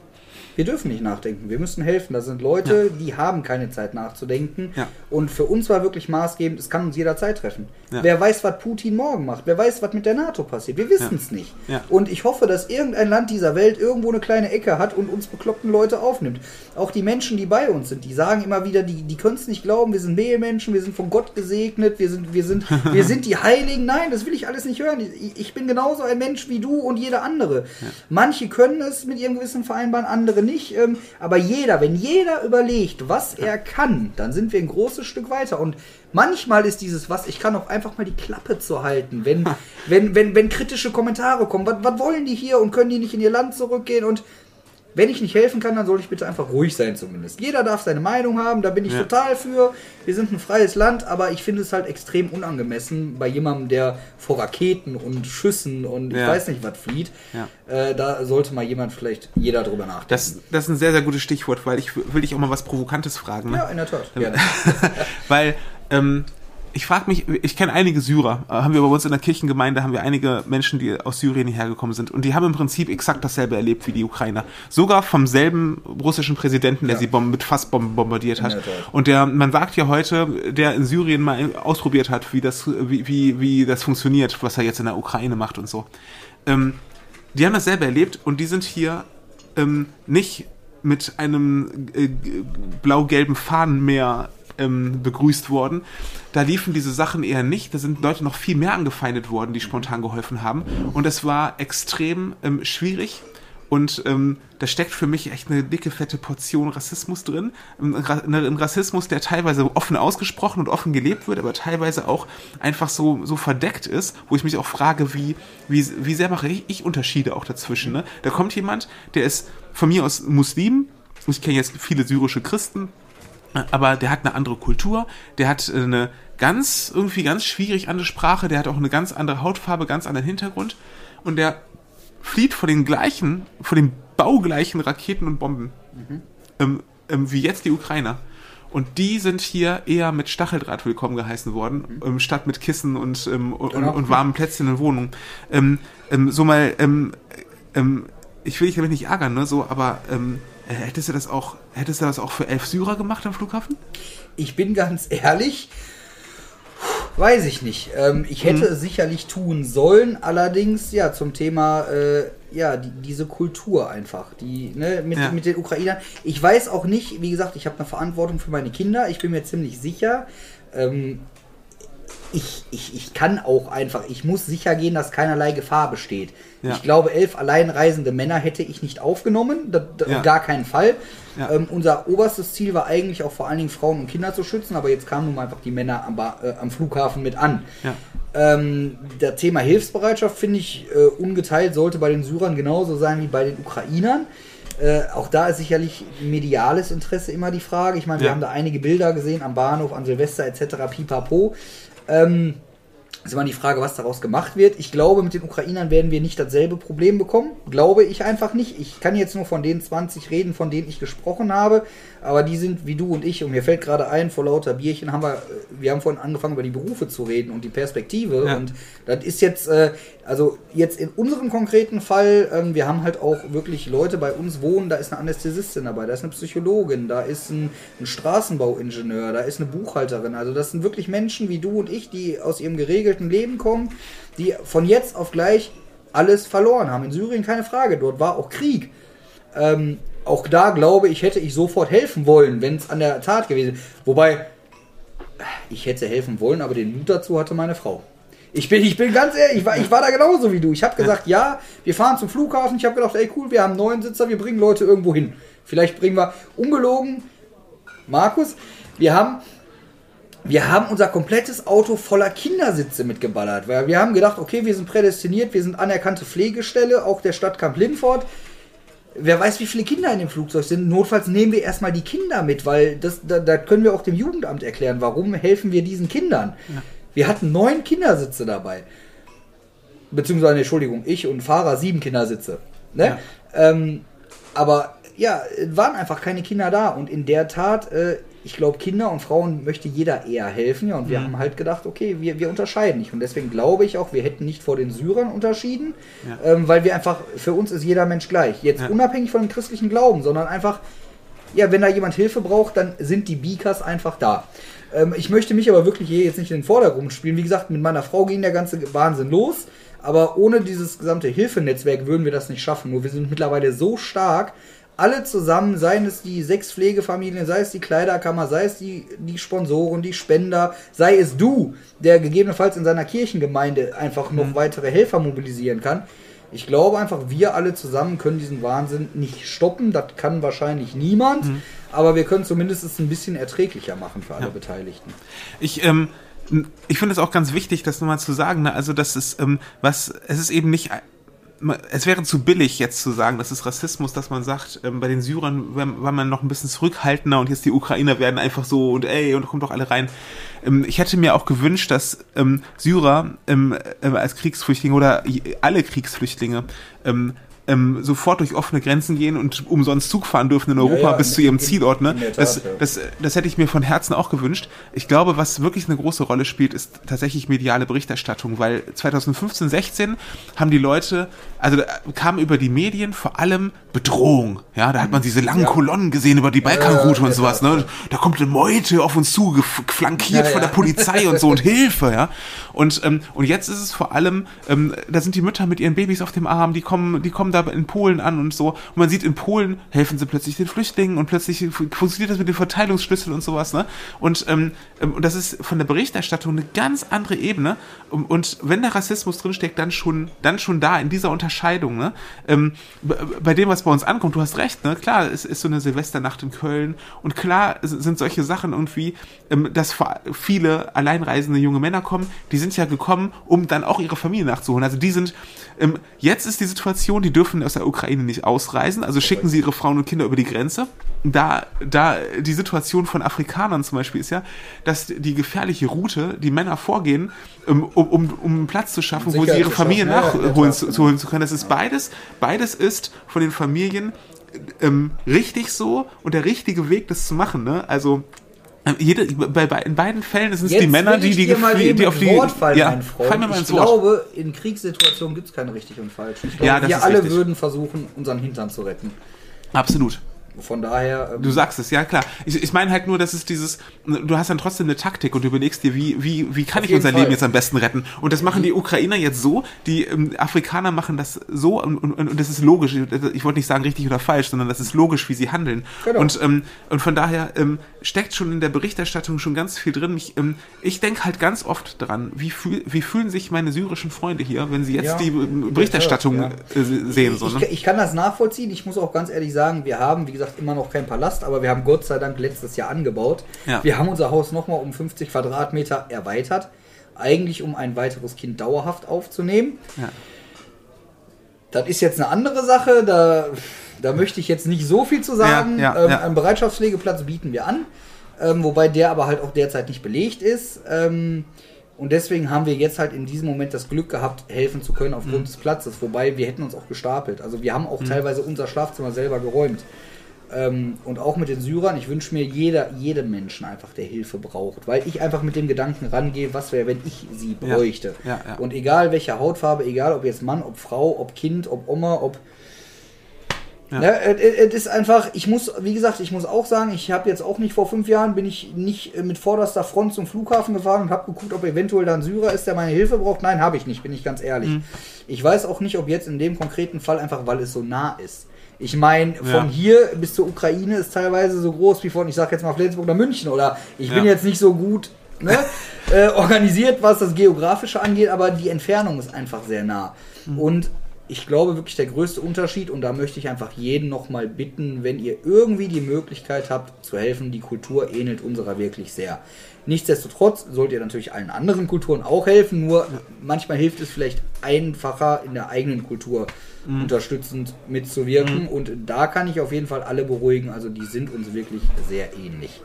Wir dürfen nicht nachdenken, wir müssen helfen. Da sind Leute, die haben keine Zeit nachzudenken. Ja. Und für uns war wirklich maßgebend, es kann uns jederzeit treffen. Ja. Wer weiß, was Putin morgen macht? Wer weiß, was mit der NATO passiert? Wir wissen es nicht. Ja. Und ich hoffe, dass irgendein Land dieser Welt irgendwo eine kleine Ecke hat und uns bekloppten Leute aufnimmt. Auch die Menschen, die bei uns sind, die sagen immer wieder, die können es nicht glauben, wir sind Mehlmenschen, wir sind von Gott gesegnet, wir sind die Heiligen. Nein, das will ich alles nicht hören. Ich bin genauso ein Mensch wie du und jeder andere. Ja. Manche können es mit ihrem Gewissen vereinbaren, andere nicht. Aber wenn jeder überlegt, was er kann, dann sind wir ein großes Stück weiter. Und manchmal ist dieses ich kann auch einfach mal die Klappe zu halten, wenn kritische Kommentare kommen. Was wollen die hier und können die nicht in ihr Land zurückgehen? Und wenn ich nicht helfen kann, dann soll ich bitte einfach ruhig sein zumindest. Jeder darf seine Meinung haben, da bin ich total für. Wir sind ein freies Land, aber ich finde es halt extrem unangemessen bei jemandem, der vor Raketen und Schüssen und ich weiß nicht was flieht. Ja. Da sollte mal jeder drüber nachdenken. Das ist ein sehr, sehr gutes Stichwort, weil ich will dich auch mal was Provokantes fragen. Ne? Ja, in der Tat. Gerne. Weil, ich frage mich, ich kenne einige Syrer, haben wir bei uns in der Kirchengemeinde, haben wir einige Menschen, die aus Syrien hierher gekommen sind und die haben im Prinzip exakt dasselbe erlebt wie die Ukrainer. Sogar vom selben russischen Präsidenten, der sie mit Fassbomben bombardiert hat. Und man sagt ja heute, der in Syrien mal ausprobiert hat, wie das funktioniert, was er jetzt in der Ukraine macht und so. Die haben dasselbe erlebt und die sind hier nicht mit einem blau-gelben Fahnenmeer begrüßt worden. Da liefen diese Sachen eher nicht. Da sind Leute noch viel mehr angefeindet worden, die spontan geholfen haben. Und es war extrem schwierig. Und da steckt für mich echt eine dicke, fette Portion Rassismus drin. Ein Rassismus, der teilweise offen ausgesprochen und offen gelebt wird, aber teilweise auch einfach so verdeckt ist, wo ich mich auch frage, wie sehr mache ich Unterschiede auch dazwischen. Ne? Da kommt jemand, der ist von mir aus Muslim. Ich kenne jetzt viele syrische Christen. Aber der hat eine andere Kultur, der hat eine ganz schwierig andere Sprache, der hat auch eine ganz andere Hautfarbe, ganz anderen Hintergrund und der flieht vor den baugleichen Raketen und Bomben, wie jetzt die Ukrainer. Und die sind hier eher mit Stacheldraht willkommen geheißen worden, statt mit Kissen und warmen Plätzchen in Wohnungen. Ich will dich damit nicht ärgern, ne, so, aber hättest du das auch für 11 Syrer gemacht am Flughafen? Ich bin ganz ehrlich, weiß ich nicht. Ich hätte es sicherlich tun sollen, allerdings zum Thema diese Kultur einfach, mit den Ukrainern. Ich weiß auch nicht, wie gesagt, ich habe eine Verantwortung für meine Kinder. Ich bin mir ziemlich sicher. Ich kann auch einfach, ich muss sicher gehen, dass keinerlei Gefahr besteht. Ja. Ich glaube, 11 alleinreisende Männer hätte ich nicht aufgenommen, gar keinen Fall. Ja. Unser oberstes Ziel war eigentlich auch vor allen Dingen Frauen und Kinder zu schützen, aber jetzt kamen nun mal einfach die Männer am Flughafen mit an. Ja. Das Thema Hilfsbereitschaft, finde ich, ungeteilt sollte bei den Syrern genauso sein wie bei den Ukrainern. Auch da ist sicherlich mediales Interesse immer die Frage. Ich meine, wir haben da einige Bilder gesehen am Bahnhof, an Silvester etc. pipapo. ist immer die Frage, was daraus gemacht wird. Ich glaube, mit den Ukrainern werden wir nicht dasselbe Problem bekommen. Glaube ich einfach nicht. Ich kann jetzt nur von den 20 reden, von denen ich gesprochen habe. Aber die sind wie du und ich. Und mir fällt gerade ein, vor lauter Bierchen wir haben vorhin angefangen, über die Berufe zu reden und die Perspektive. Ja. Und das ist jetzt, also jetzt in unserem konkreten Fall, wir haben halt auch wirklich Leute bei uns wohnen, da ist eine Anästhesistin dabei, da ist eine Psychologin, da ist ein Straßenbauingenieur, da ist eine Buchhalterin. Also das sind wirklich Menschen wie du und ich, die aus ihrem geregelten Leben kommen, die von jetzt auf gleich alles verloren haben. In Syrien keine Frage, dort war auch Krieg. Auch da glaube ich, hätte ich sofort helfen wollen, wenn es an der Tat gewesen wäre. Wobei, ich hätte helfen wollen, aber den Mut dazu hatte meine Frau. Ich bin ganz ehrlich, ich war da genauso wie du. Ich habe gesagt, ja, wir fahren zum Flughafen. Ich habe gedacht, ey cool, wir haben 9 Sitzer, wir bringen Leute irgendwo hin. Vielleicht bringen wir, ungelogen, Markus, wir haben unser komplettes Auto voller Kindersitze mitgeballert. Weil wir haben gedacht, okay, wir sind prädestiniert, wir sind anerkannte Pflegestelle, auch der Stadt Kamp-Lindfort. Wer weiß, wie viele Kinder in dem Flugzeug sind. Notfalls nehmen wir erstmal die Kinder mit, weil da können wir auch dem Jugendamt erklären, warum helfen wir diesen Kindern. Ja. Wir hatten 9 Kindersitze dabei. Beziehungsweise, Entschuldigung, ich und Fahrer 7 Kindersitze. Ne? Ja. Aber ja, waren einfach keine Kinder da. Und in der Tat, ich glaube, Kinder und Frauen möchte jeder eher helfen, ja, und wir haben halt gedacht, okay, wir unterscheiden nicht. Und deswegen glaube ich auch, wir hätten nicht vor den Syrern unterschieden, weil wir einfach, für uns ist jeder Mensch gleich. Jetzt unabhängig von dem christlichen Glauben, sondern einfach, ja, wenn da jemand Hilfe braucht, dann sind die Bikas einfach da. Ich möchte mich aber wirklich hier jetzt nicht in den Vordergrund spielen. Wie gesagt, mit meiner Frau ging der ganze Wahnsinn los, aber ohne dieses gesamte Hilfenetzwerk würden wir das nicht schaffen. Nur wir sind mittlerweile so stark, alle zusammen, seien es die 6 Pflegefamilien, sei es die Kleiderkammer, sei es die Sponsoren, die Spender, sei es du, der gegebenenfalls in seiner Kirchengemeinde einfach noch weitere Helfer mobilisieren kann. Ich glaube einfach, wir alle zusammen können diesen Wahnsinn nicht stoppen. Das kann wahrscheinlich niemand, aber wir können zumindest es ein bisschen erträglicher machen für alle Beteiligten. Ich finde es auch ganz wichtig, das nochmal zu sagen, ne? Also das ist, es ist eben nicht... Es wäre zu billig jetzt zu sagen, das ist Rassismus, dass man sagt, bei den Syrern war man noch ein bisschen zurückhaltender und jetzt die Ukrainer werden einfach so und kommt doch alle rein. Ich hätte mir auch gewünscht, dass Syrer als Kriegsflüchtlinge oder alle Kriegsflüchtlinge sofort durch offene Grenzen gehen und umsonst Zug fahren dürfen in Europa bis zu ihrem Zielort. Ne? Das hätte ich mir von Herzen auch gewünscht. Ich glaube, was wirklich eine große Rolle spielt, ist tatsächlich mediale Berichterstattung, weil 2015, 16 haben die Leute, also da kam über die Medien vor allem Bedrohung. Ja, da hat man diese langen Kolonnen gesehen über die Balkanroute und sowas. Ne? Da kommt eine Meute auf uns zu, flankiert von der Polizei und so und Hilfe. Ja, und jetzt ist es vor allem, da sind die Mütter mit ihren Babys auf dem Arm, die kommen da in Polen an und so. Und man sieht, in Polen helfen sie plötzlich den Flüchtlingen und plötzlich funktioniert das mit den Verteilungsschlüsseln und sowas. Ne? Und das ist von der Berichterstattung eine ganz andere Ebene. Und wenn der Rassismus drinsteckt, dann schon da in dieser Unterscheidung. Ne? Bei dem, was bei uns ankommt, du hast recht, ne? Klar, es ist so eine Silvesternacht in Köln und klar sind solche Sachen irgendwie, dass viele alleinreisende junge Männer kommen, die sind ja gekommen, um dann auch ihre Familie nachzuholen. Also die sind, jetzt ist die Situation, die dürfen aus der Ukraine nicht ausreisen, also schicken sie ihre Frauen und Kinder über die Grenze. Da die Situation von Afrikanern zum Beispiel ist ja, dass die gefährliche Route, die Männer vorgehen, um einen Platz zu schaffen, wo sie ihre Familie nachholen zu können. Das ist beides ist von den Familien richtig so und der richtige Weg, das zu machen. Ne? Also in beiden Fällen sind es die Männer, die auf die Wort fallen, mein Freund. Ich glaube, in Kriegssituationen gibt es kein richtig und falsch. Ich glaube, wir alle würden versuchen, unseren Hintern zu retten. Absolut. Von daher... du sagst es, ja klar. Ich meine halt nur, dass es du hast dann trotzdem eine Taktik und du überlegst dir, wie kann ich unser Leben jetzt am besten retten? Und das machen die Ukrainer jetzt so, die Afrikaner machen das so und das ist logisch. Ich wollte nicht sagen richtig oder falsch, sondern das ist logisch, wie sie handeln. Genau. Und von daher steckt schon in der Berichterstattung schon ganz viel drin. Ich denke halt ganz oft dran, wie fühlen sich meine syrischen Freunde hier, wenn sie jetzt die Berichterstattung sehen. So, ne? Ich kann das nachvollziehen. Ich muss auch ganz ehrlich sagen, wir haben, wie gesagt, immer noch kein Palast, aber wir haben Gott sei Dank letztes Jahr angebaut. Ja. Wir haben unser Haus nochmal um 50 Quadratmeter erweitert, eigentlich um ein weiteres Kind dauerhaft aufzunehmen. Ja. Das ist jetzt eine andere Sache, da möchte ich jetzt nicht so viel zu sagen. Einen Bereitschaftspflegeplatz bieten wir an, wobei der aber halt auch derzeit nicht belegt ist. Und deswegen haben wir jetzt halt in diesem Moment das Glück gehabt, helfen zu können aufgrund des Platzes. Wobei wir hätten uns auch gestapelt. Also wir haben auch teilweise unser Schlafzimmer selber geräumt. Und auch mit den Syrern, ich wünsche mir jedem Menschen einfach, der Hilfe braucht. Weil ich einfach mit dem Gedanken rangehe, was wäre, wenn ich sie bräuchte. Ja. Und egal welche Hautfarbe, egal ob jetzt Mann, ob Frau, ob Kind, ob Oma, ob... Ja. Es ist einfach, ich muss auch sagen, ich habe jetzt auch nicht vor 5 Jahren, bin ich nicht mit vorderster Front zum Flughafen gefahren und habe geguckt, ob eventuell da ein Syrer ist, der meine Hilfe braucht. Nein, habe ich nicht, bin ich ganz ehrlich. Ich weiß auch nicht, ob jetzt in dem konkreten Fall einfach, weil es so nah ist. Ich meine, von hier bis zur Ukraine ist teilweise so groß wie von, ich sag jetzt mal Flensburg nach München, oder ich bin jetzt nicht so gut organisiert, was das Geografische angeht, aber die Entfernung ist einfach sehr nah. Und ich glaube wirklich der größte Unterschied, und da möchte ich einfach jeden nochmal bitten, wenn ihr irgendwie die Möglichkeit habt zu helfen, die Kultur ähnelt unserer wirklich sehr. Nichtsdestotrotz sollt ihr natürlich allen anderen Kulturen auch helfen, nur manchmal hilft es vielleicht einfacher in der eigenen Kultur unterstützend mitzuwirken, und da kann ich auf jeden Fall alle beruhigen, also die sind uns wirklich sehr ähnlich.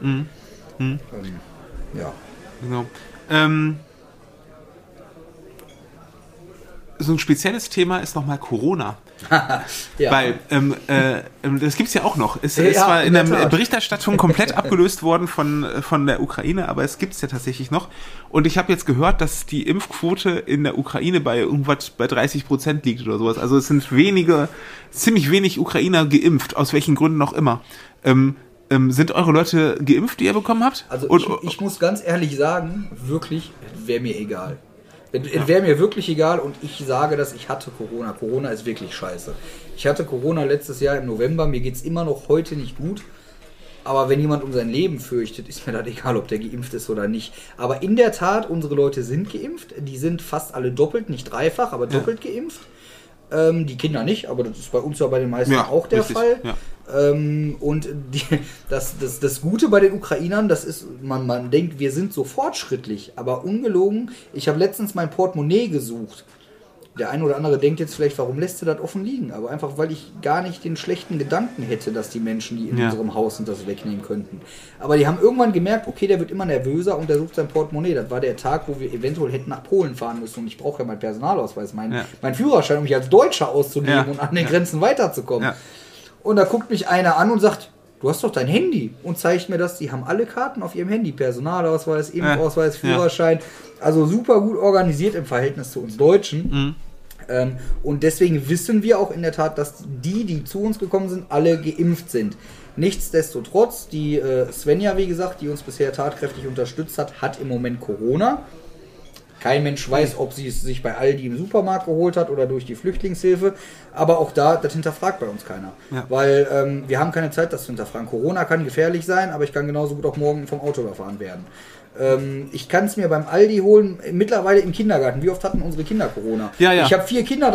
Ja. Genau. So ein spezielles Thema ist nochmal Corona. Ja. Weil das gibt's ja auch noch. Es ist zwar in der Berichterstattung komplett abgelöst worden von der Ukraine, aber es gibt's ja tatsächlich noch. Und ich habe jetzt gehört, dass die Impfquote in der Ukraine bei irgendwas bei 30% liegt oder sowas. Also es sind ziemlich wenig Ukrainer geimpft, aus welchen Gründen auch immer. Sind eure Leute geimpft, die ihr bekommen habt? Also ich muss ganz ehrlich sagen, wirklich, wäre mir egal. Es wäre mir wirklich egal und ich sage das, ich hatte Corona. Corona ist wirklich scheiße. Ich hatte Corona letztes Jahr im November, mir geht es immer noch heute nicht gut. Aber wenn jemand um sein Leben fürchtet, ist mir das egal, ob der geimpft ist oder nicht. Aber in der Tat, unsere Leute sind geimpft. Die sind fast alle doppelt, nicht dreifach, aber doppelt geimpft. Die Kinder nicht, aber das ist bei uns ja bei den meisten auch der Fall. Ja. Und das Gute bei den Ukrainern, das ist, man denkt, wir sind so fortschrittlich, aber ungelogen, ich habe letztens mein Portemonnaie gesucht. Der eine oder andere denkt jetzt vielleicht, warum lässt du das offen liegen? Aber einfach, weil ich gar nicht den schlechten Gedanken hätte, dass die Menschen, die in unserem Haus sind, das wegnehmen könnten. Aber die haben irgendwann gemerkt, okay, der wird immer nervöser und der sucht sein Portemonnaie. Das war der Tag, wo wir eventuell hätten nach Polen fahren müssen und ich brauche ja meinen Personalausweis, meinen Führerschein, um mich als Deutscher auszunehmen und an den Grenzen weiterzukommen. Ja. Und da guckt mich einer an und sagt, du hast doch dein Handy und zeigt mir das, die haben alle Karten auf ihrem Handy, Personalausweis, Impfausweis, Führerschein, also super gut organisiert im Verhältnis zu uns Deutschen. Und deswegen wissen wir auch in der Tat, dass die zu uns gekommen sind, alle geimpft sind. Nichtsdestotrotz, die Svenja, wie gesagt, die uns bisher tatkräftig unterstützt hat im Moment Corona. Kein Mensch weiß, ob sie es sich bei Aldi im Supermarkt geholt hat oder durch die Flüchtlingshilfe. Aber auch das hinterfragt bei uns keiner. Ja. Weil wir haben keine Zeit, das zu hinterfragen. Corona kann gefährlich sein, aber ich kann genauso gut auch morgen vom Auto überfahren werden. Ich kann es mir beim Aldi holen, mittlerweile im Kindergarten. Wie oft hatten unsere Kinder Corona? Ja. Ich habe 4 Kinder,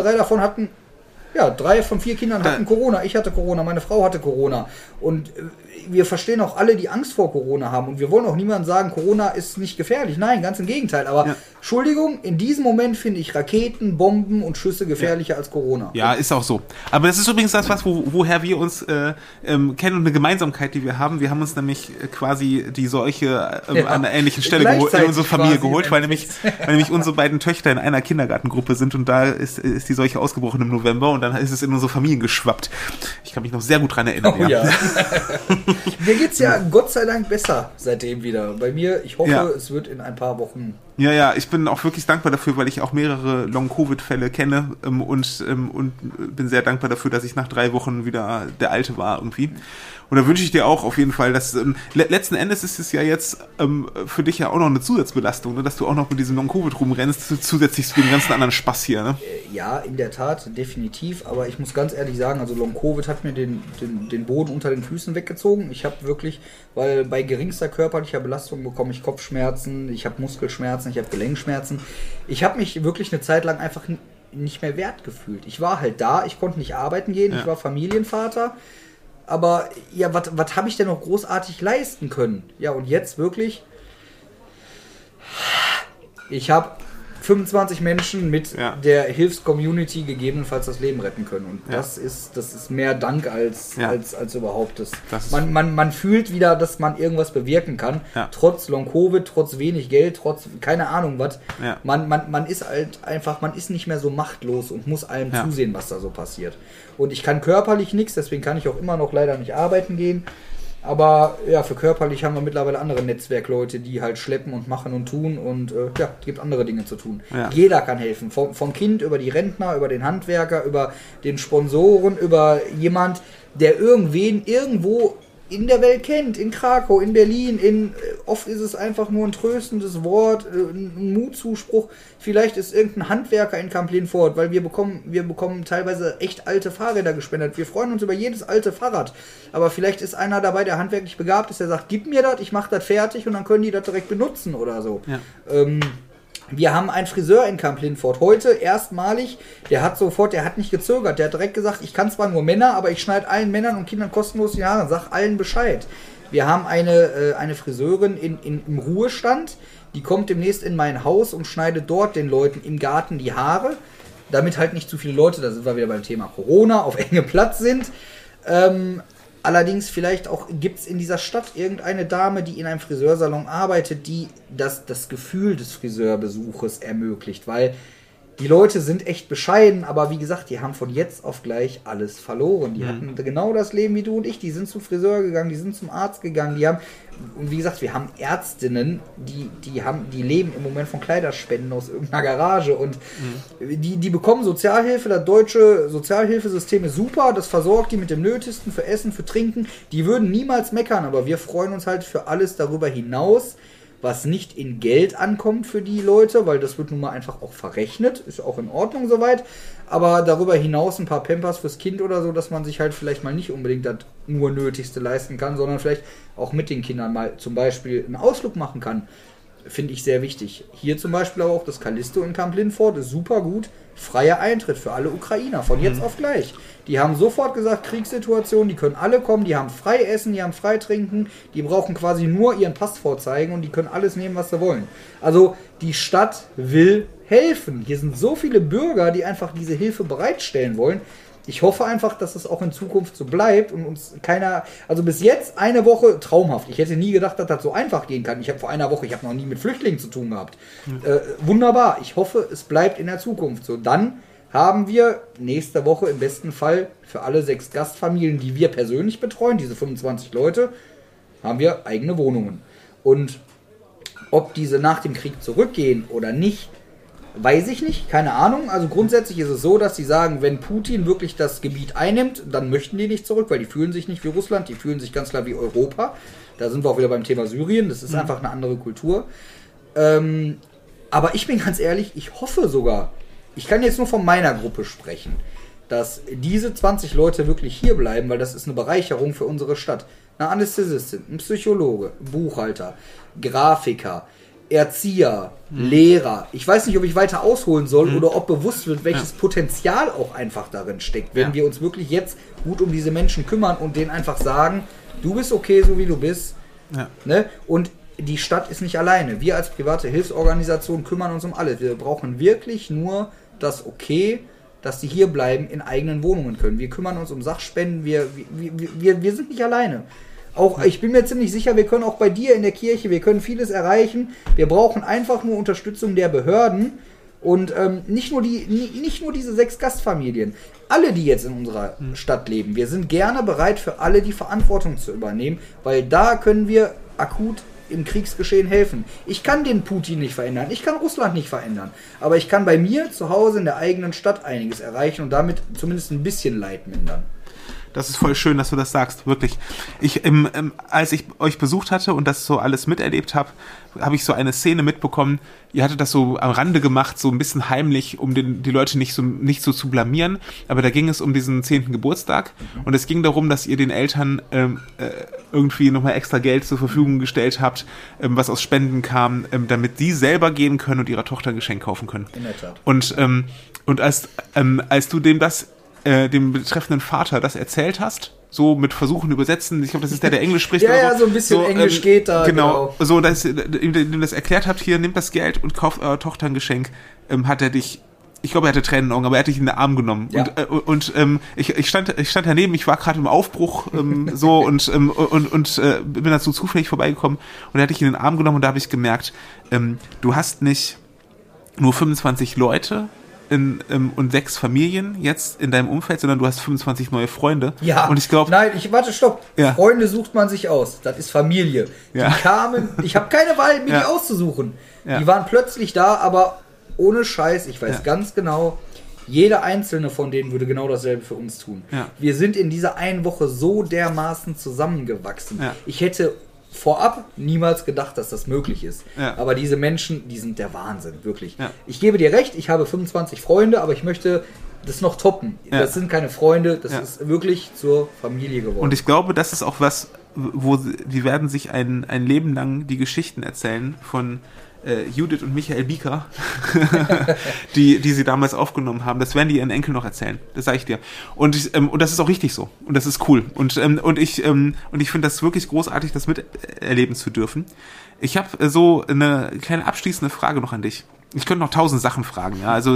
3 von 4 Kindern hatten Corona. Ich hatte Corona, meine Frau hatte Corona. Und wir verstehen auch alle, die Angst vor Corona haben. Und wir wollen auch niemandem sagen, Corona ist nicht gefährlich. Nein, ganz im Gegenteil. Aber Entschuldigung, in diesem Moment finde ich Raketen, Bomben und Schüsse gefährlicher als Corona. Ja, ist auch so. Aber das ist übrigens das, woher wir uns kennen und eine Gemeinsamkeit, die wir haben. Wir haben uns nämlich quasi die Seuche an einer ähnlichen Stelle in unsere Familie geholt, weil nämlich unsere beiden Töchter in einer Kindergartengruppe sind und da ist die Seuche ausgebrochen im November und dann ist es in unsere Familien geschwappt. Ich kann mich noch sehr gut dran erinnern. Oh, ja. Mir geht's ja Gott sei Dank besser seitdem wieder. Bei mir, ich hoffe, es wird in ein paar Wochen. Ja, ich bin auch wirklich dankbar dafür, weil ich auch mehrere Long-Covid-Fälle kenne und bin sehr dankbar dafür, dass ich nach 3 Wochen wieder der Alte war irgendwie. Und da wünsche ich dir auch auf jeden Fall, dass letzten Endes ist es ja jetzt für dich ja auch noch eine Zusatzbelastung, ne? Dass du auch noch mit diesem Long-Covid rumrennst, zusätzlich zu dem ganzen anderen Spaß hier. Ne? Ja, in der Tat, definitiv. Aber ich muss ganz ehrlich sagen, also Long-Covid hat mir den Boden unter den Füßen weggezogen. Ich habe wirklich, weil bei geringster körperlicher Belastung bekomme ich Kopfschmerzen, ich habe Muskelschmerzen, ich habe Gelenkschmerzen. Ich habe mich wirklich eine Zeit lang einfach nicht mehr wert gefühlt. Ich war halt da, ich konnte nicht arbeiten gehen, ich war Familienvater. Aber ja, was habe ich denn noch großartig leisten können? Ja, und jetzt wirklich, ich habe 25 Menschen mit der Hilfscommunity gegebenenfalls das Leben retten können. Und das ist mehr Dank als überhaupt das. Man fühlt wieder, dass man irgendwas bewirken kann. Ja. Trotz Long-Covid, trotz wenig Geld, trotz keine Ahnung was. Ja. Man ist halt einfach, man ist nicht mehr so machtlos und muss allem zusehen, was da so passiert. Und ich kann körperlich nichts, deswegen kann ich auch immer noch leider nicht arbeiten gehen. Aber ja, für körperlich haben wir mittlerweile andere Netzwerkleute, die halt schleppen und machen und tun und es gibt andere Dinge zu tun. Ja. Jeder kann helfen, vom Kind über die Rentner, über den Handwerker, über den Sponsoren, über jemand, der irgendwen irgendwo in der Welt kennt, in Krakau, in Berlin, oft ist es einfach nur ein tröstendes Wort, ein Mutzuspruch. Vielleicht ist irgendein Handwerker in Kamp-Lintfort, weil wir bekommen teilweise echt alte Fahrräder gespendet. Wir freuen uns über jedes alte Fahrrad. Aber vielleicht ist einer dabei, der handwerklich begabt ist, der sagt, gib mir das, ich mach das fertig und dann können die das direkt benutzen oder so. Ja. Wir haben einen Friseur in Kamp-Lintfort heute, erstmalig, der hat nicht gezögert, der hat direkt gesagt, ich kann zwar nur Männer, aber ich schneide allen Männern und Kindern kostenlos die Haare, sag allen Bescheid. Wir haben eine Friseurin im Ruhestand, die kommt demnächst in mein Haus und schneidet dort den Leuten im Garten die Haare, damit halt nicht zu viele Leute, da sind wir wieder beim Thema Corona, auf engem Platz sind. Allerdings vielleicht auch, gibt es in dieser Stadt irgendeine Dame, die in einem Friseursalon arbeitet, die das Gefühl des Friseurbesuches ermöglicht, weil die Leute sind echt bescheiden, aber wie gesagt, die haben von jetzt auf gleich alles verloren. Die hatten genau das Leben wie du und ich. Die sind zum Friseur gegangen, die sind zum Arzt gegangen, die haben, und wie gesagt, wir haben Ärztinnen, die leben im Moment von Kleiderspenden aus irgendeiner Garage und die bekommen Sozialhilfe. Das deutsche Sozialhilfesystem ist super, das versorgt die mit dem Nötigsten für Essen, für Trinken. Die würden niemals meckern, aber wir freuen uns halt für alles darüber hinaus, was nicht in Geld ankommt für die Leute, weil das wird nun mal einfach auch verrechnet, ist auch in Ordnung soweit, aber darüber hinaus ein paar Pampers fürs Kind oder so, dass man sich halt vielleicht mal nicht unbedingt das nur Nötigste leisten kann, sondern vielleicht auch mit den Kindern mal zum Beispiel einen Ausflug machen kann, finde ich sehr wichtig. Hier zum Beispiel aber auch das Callisto in Camp Lindfort ist super gut, freier Eintritt für alle Ukrainer, von jetzt auf gleich. Die haben sofort gesagt, Kriegssituation, die können alle kommen, die haben frei essen, die haben frei trinken, die brauchen quasi nur ihren Pass vorzeigen und die können alles nehmen, was sie wollen. Also die Stadt will helfen. Hier sind so viele Bürger, die einfach diese Hilfe bereitstellen wollen. Ich hoffe einfach, dass es auch in Zukunft so bleibt und uns keiner, also bis jetzt eine Woche traumhaft. Ich hätte nie gedacht, dass das so einfach gehen kann. Ich habe vor einer Woche, ich habe noch nie mit Flüchtlingen zu tun gehabt. Wunderbar. Ich hoffe, es bleibt in der Zukunft so. Dann haben wir nächste Woche im besten Fall für alle 6 Gastfamilien, die wir persönlich betreuen, diese 25 Leute, haben wir eigene Wohnungen. Und ob diese nach dem Krieg zurückgehen oder nicht, weiß ich nicht, keine Ahnung. Also grundsätzlich ist es so, dass sie sagen, wenn Putin wirklich das Gebiet einnimmt, dann möchten die nicht zurück, weil die fühlen sich nicht wie Russland, die fühlen sich ganz klar wie Europa. Da sind wir auch wieder beim Thema Syrien, das ist einfach eine andere Kultur. Aber ich bin ganz ehrlich, ich hoffe sogar, ich kann jetzt nur von meiner Gruppe sprechen, dass diese 20 Leute wirklich hier bleiben, weil das ist eine Bereicherung für unsere Stadt. Eine Anästhesistin, ein Psychologe, Buchhalter, Grafiker, Erzieher, Lehrer. Ich weiß nicht, ob ich weiter ausholen soll oder ob bewusst wird, welches Potenzial auch einfach darin steckt, wenn wir uns wirklich jetzt gut um diese Menschen kümmern und denen einfach sagen, du bist okay, so wie du bist. Ja. Ne? Und die Stadt ist nicht alleine. Wir als private Hilfsorganisation kümmern uns um alles. Wir brauchen wirklich nur das Okay, dass die hier bleiben, in eigenen Wohnungen können. Wir kümmern uns um Sachspenden. Wir sind nicht alleine. Auch, ich bin mir ziemlich sicher, wir können auch bei dir in der Kirche, wir können vieles erreichen. Wir brauchen einfach nur Unterstützung der Behörden und nicht nur diese 6 Gastfamilien. Alle, die jetzt in unserer Stadt leben, wir sind gerne bereit, für alle die Verantwortung zu übernehmen, weil da können wir akut im Kriegsgeschehen helfen. Ich kann den Putin nicht verändern, ich kann Russland nicht verändern, aber ich kann bei mir zu Hause in der eigenen Stadt einiges erreichen und damit zumindest ein bisschen Leid mindern. Das ist voll schön, dass du das sagst, wirklich. Als ich euch besucht hatte und das so alles miterlebt habe, habe ich so eine Szene mitbekommen. Ihr hattet das so am Rande gemacht, so ein bisschen heimlich, um die Leute nicht so zu blamieren. Aber da ging es um diesen 10. Geburtstag und es ging darum, dass ihr den Eltern irgendwie nochmal extra Geld zur Verfügung gestellt habt, was aus Spenden kam, damit die selber gehen können und ihrer Tochter ein Geschenk kaufen können. In der Tat. Und als du dem betreffenden Vater das erzählt hast, so mit Versuchen übersetzen, ich glaube, das ist der Englisch spricht. Ja, so ein bisschen Englisch geht da. Genau, so, dass ihr ihm das erklärt habt, hier, nehmt das Geld und kauft eurer Tochter ein Geschenk, hat er dich, ich glaube, er hatte Tränen in den Augen, aber er hat dich in den Arm genommen. Ja. Und ich stand daneben, ich war gerade im Aufbruch und bin dazu zufällig vorbeigekommen und er hat dich in den Arm genommen und da habe ich gemerkt, du hast nicht nur 25 Leute und 6 Familien jetzt in deinem Umfeld, sondern du hast 25 neue Freunde. Ja, und ich glaube... Nein, warte, stopp. Ja. Freunde sucht man sich aus. Das ist Familie. Ja. Die kamen, ich habe keine Wahl, mir die auszusuchen. Ja. Die waren plötzlich da, aber ohne Scheiß, ich weiß ganz genau, jeder einzelne von denen würde genau dasselbe für uns tun. Ja. Wir sind in dieser einen Woche so dermaßen zusammengewachsen. Ja. Ich hätte vorab niemals gedacht, dass das möglich ist. Ja. Aber diese Menschen, die sind der Wahnsinn, wirklich. Ja. Ich gebe dir recht, ich habe 25 Freunde, aber ich möchte das noch toppen. Ja. Das sind keine Freunde, das ist wirklich zur Familie geworden. Und ich glaube, das ist auch was, wo die werden sich ein Leben lang die Geschichten erzählen von Judith und Michael Bieker, die sie damals aufgenommen haben. Das werden die ihren Enkel noch erzählen. Das sage ich dir. Und das ist auch richtig so. Und das ist cool. Und ich finde das wirklich großartig, das miterleben zu dürfen. Ich habe so eine kleine abschließende Frage noch an dich. ich könnte noch 1000 Sachen fragen, ja. Also,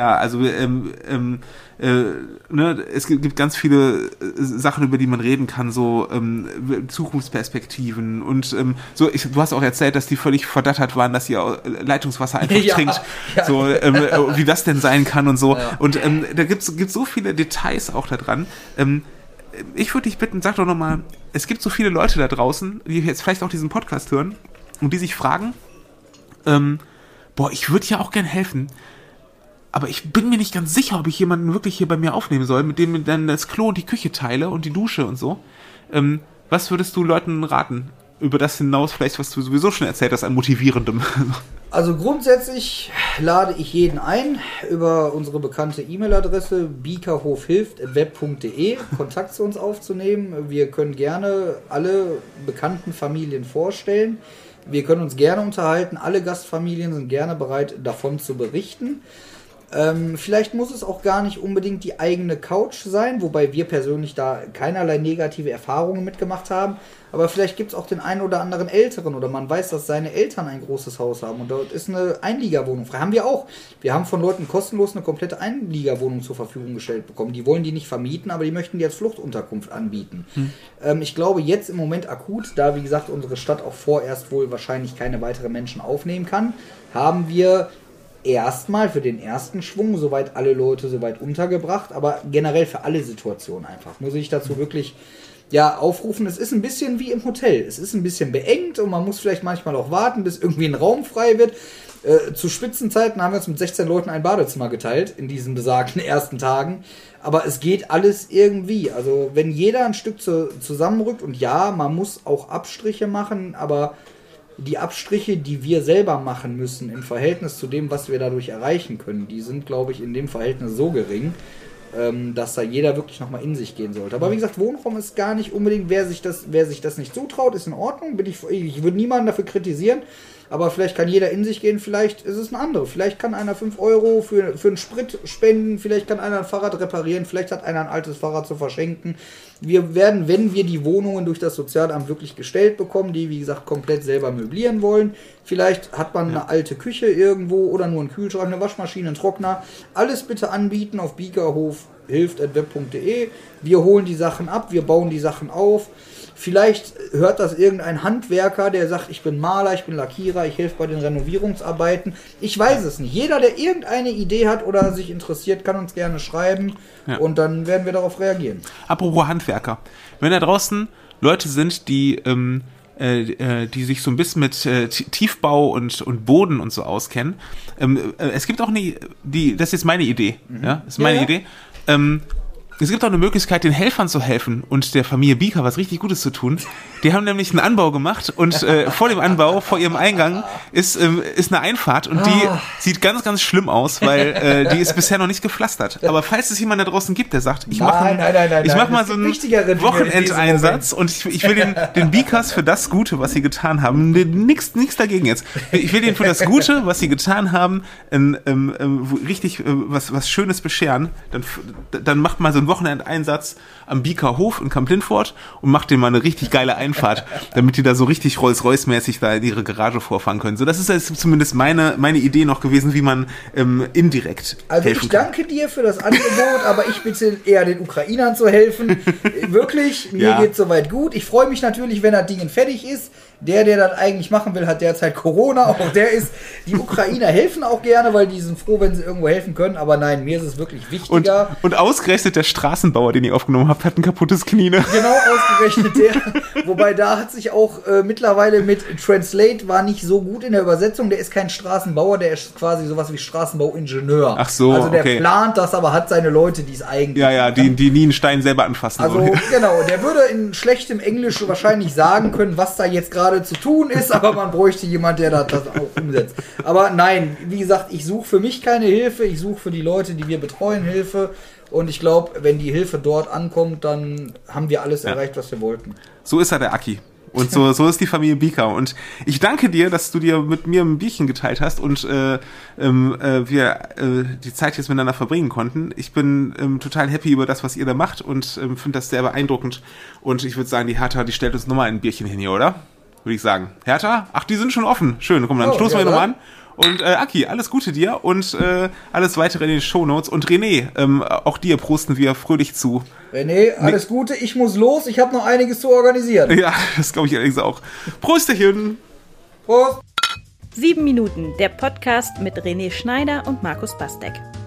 es gibt ganz viele Sachen, über die man reden kann, so Zukunftsperspektiven und du hast auch erzählt, dass die völlig verdattert waren, dass ihr Leitungswasser einfach trinkt, so wie das denn sein kann und so. Ja. Und da gibt's so viele Details auch da dran. Ich würde dich bitten, sag doch nochmal, es gibt so viele Leute da draußen, die jetzt vielleicht auch diesen Podcast hören und die sich fragen, ich würde ja auch gern helfen, aber ich bin mir nicht ganz sicher, ob ich jemanden wirklich hier bei mir aufnehmen soll, mit dem ich dann das Klo und die Küche teile und die Dusche und so. Was würdest du Leuten raten? Über das hinaus vielleicht, was du sowieso schon erzählt hast, an Motivierendem. Also grundsätzlich lade ich jeden ein, über unsere bekannte E-Mail-Adresse biekerhofhilft@web.de Kontakt zu uns aufzunehmen. Wir können gerne alle bekannten Familien vorstellen. Wir können uns gerne unterhalten. Alle Gastfamilien sind gerne bereit, davon zu berichten. Vielleicht muss es auch gar nicht unbedingt die eigene Couch sein, wobei wir persönlich da keinerlei negative Erfahrungen mitgemacht haben. Aber vielleicht gibt es auch den einen oder anderen Älteren oder man weiß, dass seine Eltern ein großes Haus haben und dort ist eine Einliegerwohnung frei. Haben wir auch. Wir haben von Leuten kostenlos eine komplette Einliegerwohnung zur Verfügung gestellt bekommen. Die wollen die nicht vermieten, aber die möchten die als Fluchtunterkunft anbieten. Ich glaube jetzt im Moment akut, da wie gesagt unsere Stadt auch vorerst wohl wahrscheinlich keine weiteren Menschen aufnehmen kann, haben wir erstmal für den ersten Schwung soweit alle Leute soweit untergebracht, aber generell für alle Situationen einfach. Muss ich dazu wirklich aufrufen. Es ist ein bisschen wie im Hotel. Es ist ein bisschen beengt und man muss vielleicht manchmal auch warten, bis irgendwie ein Raum frei wird. Zu Spitzenzeiten haben wir uns mit 16 Leuten ein Badezimmer geteilt in diesen besagten ersten Tagen. Aber es geht alles irgendwie. Also wenn jeder ein Stück zusammenrückt und man muss auch Abstriche machen, aber die Abstriche, die wir selber machen müssen im Verhältnis zu dem, was wir dadurch erreichen können, die sind, glaube ich, in dem Verhältnis so gering, dass da jeder wirklich nochmal in sich gehen sollte. Aber wie gesagt, Wohnraum ist gar nicht unbedingt, wer sich das nicht zutraut, ist in Ordnung. Ich würde niemanden dafür kritisieren, aber vielleicht kann jeder in sich gehen, vielleicht ist es ein anderer. Vielleicht kann einer 5 Euro für einen Sprit spenden, vielleicht kann einer ein Fahrrad reparieren, vielleicht hat einer ein altes Fahrrad zu verschenken. Wir werden, wenn wir die Wohnungen durch das Sozialamt wirklich gestellt bekommen, die, wie gesagt, komplett selber möblieren wollen, vielleicht hat man eine alte Küche irgendwo oder nur einen Kühlschrank, eine Waschmaschine, einen Trockner, alles bitte anbieten auf biekerhofhilft@web.de. Wir holen die Sachen ab, wir bauen die Sachen auf. Vielleicht hört das irgendein Handwerker, der sagt, ich bin Maler, ich bin Lackierer, ich helfe bei den Renovierungsarbeiten. Ich weiß es nicht. Jeder, der irgendeine Idee hat oder sich interessiert, kann uns gerne schreiben und dann werden wir darauf reagieren. Apropos Handwerker. Wenn da draußen Leute sind, die sich so ein bisschen mit Tiefbau und Boden und so auskennen, es gibt auch das ist jetzt meine Idee. Das ist meine Idee. Es gibt auch eine Möglichkeit, den Helfern zu helfen und der Familie Bieker was richtig Gutes zu tun. Die haben nämlich einen Anbau gemacht und vor dem Anbau, vor ihrem Eingang, ist eine Einfahrt und die sieht ganz, ganz schlimm aus, weil die ist bisher noch nicht gepflastert. Aber falls es jemanden da draußen gibt, der sagt, ich mache mal so einen Wochenendeinsatz und ich will den Biekers für das Gute, was sie getan haben, nichts dagegen jetzt. Ich will denen für das Gute, was sie getan haben, richtig was Schönes bescheren. Dann macht mal so einen Wochenendeinsatz am Bieker Hof in Kamp-Lindfort und macht denen mal eine richtig geile Einfahrt, damit die da so richtig Rolls-Royce-mäßig da in ihre Garage vorfahren können. So, das ist jetzt zumindest meine Idee noch gewesen, wie man indirekt helfen kann. Danke dir für das Angebot, aber ich bitte eher den Ukrainern zu helfen. Wirklich, mir geht's soweit gut. Ich freue mich natürlich, wenn das Ding fertig ist. Der das eigentlich machen will, hat derzeit Corona. Auch die Ukrainer helfen auch gerne, weil die sind froh, wenn sie irgendwo helfen können. Aber nein, mir ist es wirklich wichtiger. Und ausgerechnet der Straßenbauer, den ihr aufgenommen habt, hat ein kaputtes Knie. Ne? Genau, ausgerechnet der. Wobei da hat sich auch mittlerweile mit Translate war nicht so gut in der Übersetzung. Der ist kein Straßenbauer, der ist quasi sowas wie Straßenbauingenieur. Ach so, also der plant das, aber hat seine Leute, die es eigentlich... die nie einen Stein selber anfassen. Also genau, der würde in schlechtem Englisch wahrscheinlich sagen können, was da jetzt gerade zu tun ist, aber man bräuchte jemanden, der das auch umsetzt. Aber nein, wie gesagt, ich suche für mich keine Hilfe, ich suche für die Leute, die wir betreuen, Hilfe. Und ich glaube, wenn die Hilfe dort ankommt, dann haben wir alles erreicht, was wir wollten. So ist der Aki. Und so ist die Familie Bieker. Und ich danke dir, dass du dir mit mir ein Bierchen geteilt hast und wir die Zeit jetzt miteinander verbringen konnten. Ich bin total happy über das, was ihr da macht und finde das sehr beeindruckend. Und ich würde sagen, die Hertha, die stellt uns nochmal ein Bierchen hin hier, oder? Würde ich sagen. Hertha? Ach, die sind schon offen. Schön, komm, dann stoßen wir nochmal an. Und Aki, alles Gute dir und alles weitere in den Shownotes. Und René, auch dir prosten wir fröhlich zu. René, alles Gute, ich muss los, ich habe noch einiges zu organisieren. Ja, das glaube ich allerdings auch. Prösterchen! Prost! 7 Minuten, der Podcast mit René Schneider und Markus Bastek.